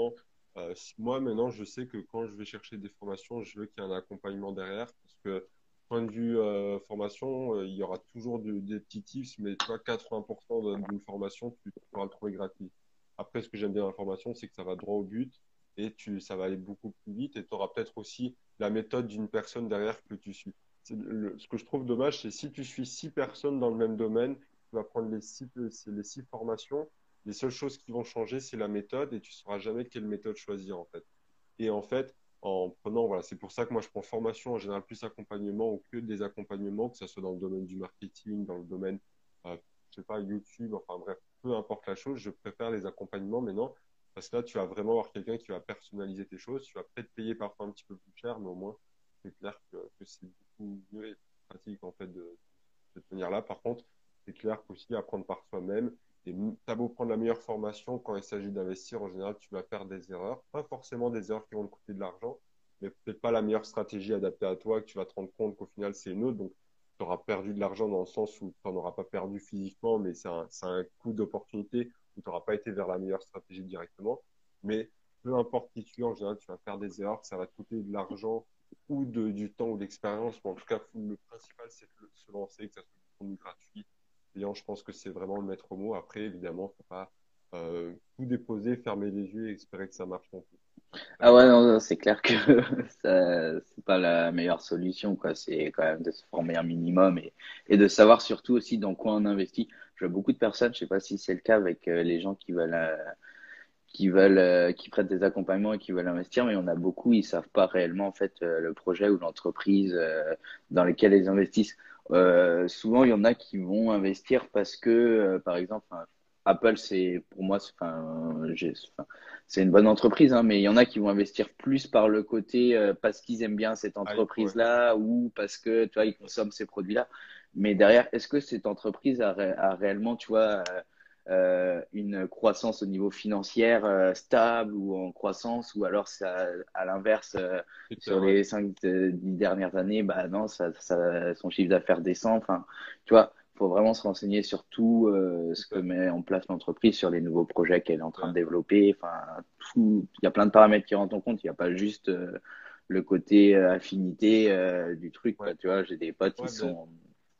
Euh, si- moi, maintenant, je sais que quand je vais chercher des formations, je veux qu'il y ait un accompagnement derrière parce que, point de vue euh, formation, euh, il y aura toujours de- des petits tips, mais tu vois, quatre-vingts pour cent de- d'une formation, tu pourras le trouver gratuit. Après, ce que j'aime bien dans la formation, c'est que ça va droit au but et tu, ça va aller beaucoup plus vite et tu auras peut-être aussi la méthode d'une personne derrière que tu suis. C'est le- ce que je trouve dommage, c'est si tu suis six personnes dans le même domaine, tu vas prendre les six, les six formations. Les seules choses qui vont changer, c'est la méthode et tu ne sauras jamais quelle méthode choisir en fait. Et en fait, en prenant, voilà, c'est pour ça que moi je prends formation en général plus accompagnement ou que des accompagnements, que ce soit dans le domaine du marketing, dans le domaine, euh, je sais pas, YouTube, enfin bref, peu importe la chose, je préfère les accompagnements maintenant parce que là, tu vas vraiment avoir quelqu'un qui va personnaliser tes choses. Tu vas peut-être payer parfois un petit peu plus cher, mais au moins, c'est clair que, que c'est beaucoup mieux et plus pratique en fait de, de cette manière-là. Par contre, c'est clair qu'aussi apprendre par soi-même. Et t'as beau prendre la meilleure formation, quand il s'agit d'investir, en général, tu vas faire des erreurs. Pas forcément des erreurs qui vont te coûter de l'argent, mais peut-être pas la meilleure stratégie adaptée à toi, que tu vas te rendre compte qu'au final, c'est une autre. Donc, tu auras perdu de l'argent dans le sens où tu n'en auras pas perdu physiquement, mais c'est un, c'est un coût d'opportunité où tu n'auras pas été vers la meilleure stratégie directement. Mais peu importe qui tu es, en général, tu vas faire des erreurs, que ça va te coûter de l'argent ou de, du temps ou de l'expérience. Mais en tout cas, le principal, c'est de se lancer, que ça soit du contenu gratuit client, je pense que c'est vraiment le maître mot. Après, évidemment, faut pas euh, tout déposer, fermer les yeux et espérer que ça marche non plus. Ah ouais, non, non, c'est clair que ça, c'est pas la meilleure solution, quoi. C'est quand même de se former un minimum et, et de savoir surtout aussi dans quoi on investit. Je vois beaucoup de personnes, je sais pas si c'est le cas avec euh, les gens qui veulent, euh, qui veulent, euh, qui prêtent des accompagnements et qui veulent investir, mais il y en a beaucoup, ils savent pas réellement, en fait, euh, le projet ou l'entreprise euh, dans lequel ils investissent. Euh, souvent, il y en a qui vont investir parce que, euh, par exemple, enfin, Apple, c'est pour moi, c'est enfin, j'ai- enfin, c'est une bonne entreprise, hein, mais il y en a qui vont investir plus par le côté euh, parce qu'ils aiment bien cette Hype, ouais. entreprise-là ou parce que tu vois ils consomment ces produits-là. Mais derrière, est-ce que cette entreprise a, ré- a réellement, tu vois, euh, euh, une croissance au niveau financier euh, stable ou en croissance, ou alors ça, à l'inverse, euh, C'est sur clair, ouais. les cinq, euh, dix dernières années, bah non, ça, ça, son chiffre d'affaires descend. Enfin, tu vois, faut vraiment se renseigner sur tout euh, ce Tout que à fait. met en place l'entreprise, sur les nouveaux projets qu'elle est en train de Ouais. développer. Enfin, tout, il y a plein de paramètres qui rentrent en compte. Il n'y a pas juste euh, le côté euh, affinité euh, du truc, quoi. Ouais. Tu vois, j'ai des potes, ils Ouais, ben, sont.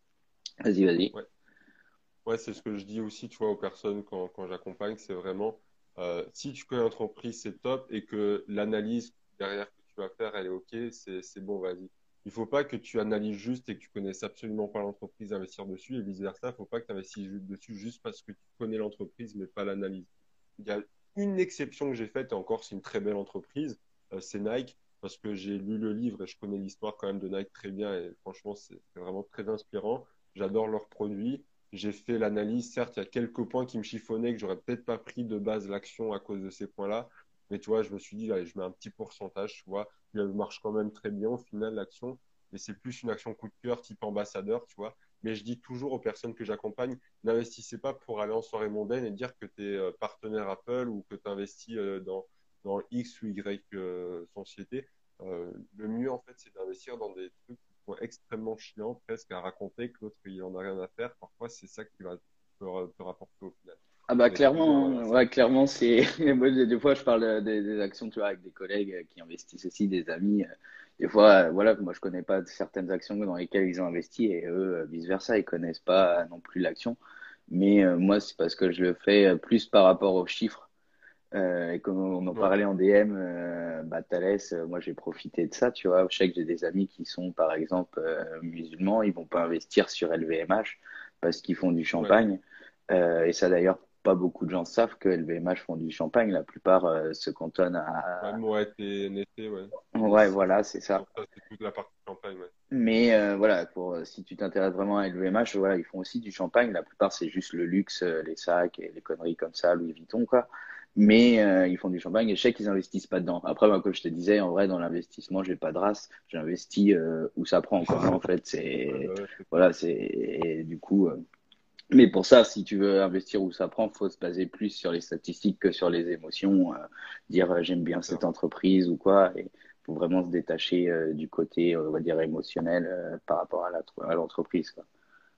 Vas-y, vas-y. ouais. Ouais, c'est ce que je dis aussi, tu vois, aux personnes quand, quand j'accompagne, c'est vraiment, euh, si tu connais l'entreprise, c'est top, et que l'analyse derrière que tu vas faire, elle est OK, c'est, c'est bon, vas-y. Il faut pas que tu analyses juste et que tu connaisses absolument pas l'entreprise, investir dessus, et vice-versa. Il faut pas que tu investisses ju- dessus juste parce que tu connais l'entreprise, mais pas l'analyse. Il y a une exception que j'ai faite, et encore, c'est une très belle entreprise, euh, c'est Nike, parce que j'ai lu le livre et je connais l'histoire quand même de Nike très bien, et franchement, c'est c'est vraiment très inspirant. J'adore leurs produits. J'ai fait l'analyse. Certes, il y a quelques points qui me chiffonnaient, que j'aurais peut-être pas pris de base l'action à cause de ces points-là. Mais tu vois, je me suis dit, allez, je mets un petit pourcentage, tu vois. Elle marche quand même très bien au final, l'action. Mais c'est plus une action coup de cœur, type ambassadeur, tu vois. Mais je dis toujours aux personnes que j'accompagne, n'investissez pas pour aller en soirée mondaine et dire que tu es euh, partenaire Apple ou que tu investis euh, dans, dans X ou Y euh, société. Euh, le mieux, en fait, c'est d'investir dans des trucs sont extrêmement chiants, presque à raconter, que l'autre, il en a rien à faire. Parfois, c'est ça qui va te, te rapporter au final. Ah bah Mais toujours, clairement, voilà, hein. ça. Ouais, clairement, c'est moi des des fois je parle euh, des, des actions, tu vois, avec des collègues euh, qui investissent aussi, des amis. euh, Des fois, euh, voilà, moi je connais pas certaines actions dans lesquelles ils ont investi et eux, euh, vice-versa, ils connaissent pas euh, non plus l'action. Mais euh, moi, c'est parce que je le fais euh, plus par rapport aux chiffres. Euh, et comme on en Ouais, parlait en D M, euh, bah Thales, euh, moi j'ai profité de ça, tu vois. Je sais que j'ai des amis qui sont par exemple euh, musulmans, ils vont pas investir sur L V M H parce qu'ils font du ouais. champagne. Euh, et ça d'ailleurs, pas beaucoup de gens savent que L V M H font du champagne. La plupart euh, se cantonnent Ouais, à. Moët et N F T, ouais. Ouais, Nice. voilà, c'est ça. Donc, ça, c'est toute la partie campagne, ouais. Mais euh, voilà, pour euh, si tu t'intéresses vraiment à L V M H, voilà, ils font aussi du champagne. La plupart, c'est juste le luxe, euh, les sacs et les conneries comme ça, Louis Vuitton, quoi. Mais euh, ils font du champagne et je sais qu'ils investissent pas dedans. Après, moi, comme je te disais, en vrai, dans l'investissement, j'ai pas de race. J'investis euh, où ça prend, quoi. En fait, Ouais, c'est bah ouais, c'est ça. voilà, c'est et du coup. euh, Mais pour ça, si tu veux investir où ça prend, faut se baser plus sur les statistiques que sur les émotions. euh, dire euh, j'aime bien C'est cette clair. entreprise ou quoi. Et faut vraiment se détacher euh, du côté, euh, on va dire, émotionnel euh, par rapport à la- à l'entreprise, quoi.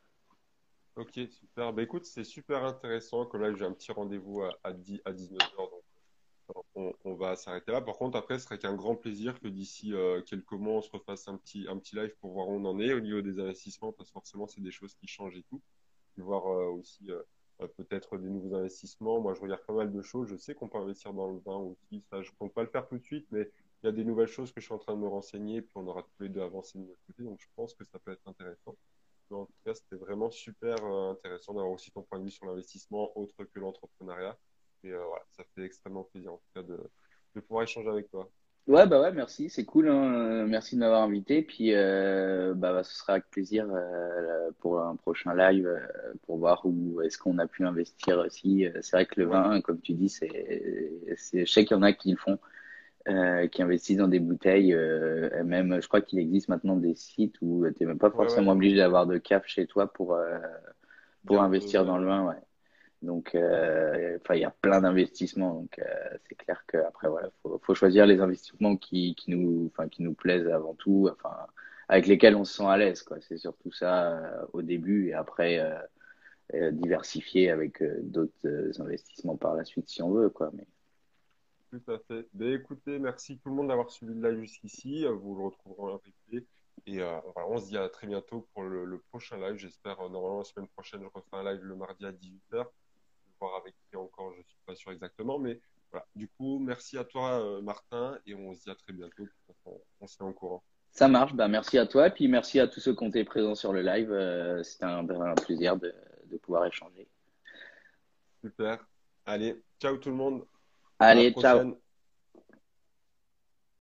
Ok, super. Bah écoute, c'est super intéressant. Comme là, j'ai un petit rendez-vous à, à, dix à dix-neuf heures. on, on va s'arrêter là. Par contre, après, ce serait qu'un grand plaisir que d'ici euh, quelques mois, on se refasse un petit, un petit live pour voir où on en est au niveau des investissements, parce que forcément, c'est des choses qui changent et tout. Et voir euh, aussi euh, euh, peut-être des nouveaux investissements. Moi, je regarde pas mal de choses. Je sais qu'on peut investir dans le vin aussi. Ça, je compte pas le faire tout de suite, mais il y a des nouvelles choses que je suis en train de me renseigner, puis on aura tous les deux avancé de notre côté. Donc, je pense que ça peut être intéressant. Mais en tout cas, c'était vraiment super euh, intéressant d'avoir aussi ton point de vue sur l'investissement autre que l'entrepreneuriat. Et euh, voilà, ça fait extrêmement plaisir en tout cas de, de pouvoir échanger avec toi. Ouais, bah ouais, merci, c'est cool, hein. Euh, Merci de m'avoir invité. Puis, euh, bah, bah, ce sera avec plaisir euh, pour un prochain live euh, pour voir où est-ce qu'on a pu investir aussi. Euh, C'est vrai que le Ouais, vin, comme tu dis, c'est, c'est, je sais qu'il y en a qui le font, euh, qui investissent dans des bouteilles. Euh, et même, je crois qu'il existe maintenant des sites où tu n'es même pas ouais, ouais, il forcément y a obligé beaucoup de d'avoir de cave chez toi pour, euh, pour garde. investir dans le vin, ouais. Donc, euh, enfin, il y a plein d'investissements. Donc, euh, c'est clair qu'après, voilà, faut, faut choisir les investissements qui, qui nous, enfin, qui nous plaisent avant tout, enfin, avec lesquels on se sent à l'aise, quoi. C'est surtout ça euh, au début et après euh, euh, diversifier avec euh, d'autres euh, investissements par la suite si on veut, quoi. Mais Tout à fait. Ben, écoutez, merci tout le monde d'avoir suivi le live jusqu'ici. Euh, Vous le retrouverez en replay. Et euh, voilà, on se dit à très bientôt pour le, le prochain live. J'espère, euh, normalement, la semaine prochaine, je refais un live le mardi à dix-huit heures. Voir avec qui encore, je suis pas sûr exactement. Mais voilà. Du coup, merci à toi, euh, Martin. Et on se dit à très bientôt. On, on se tient au courant. ça marche. Bah, merci à toi et puis merci à tous ceux qui ont été présents sur le live. Euh, c'était un, un plaisir de, de pouvoir échanger. Super. Allez, ciao tout le monde. À la Allez, ciao. prochaine.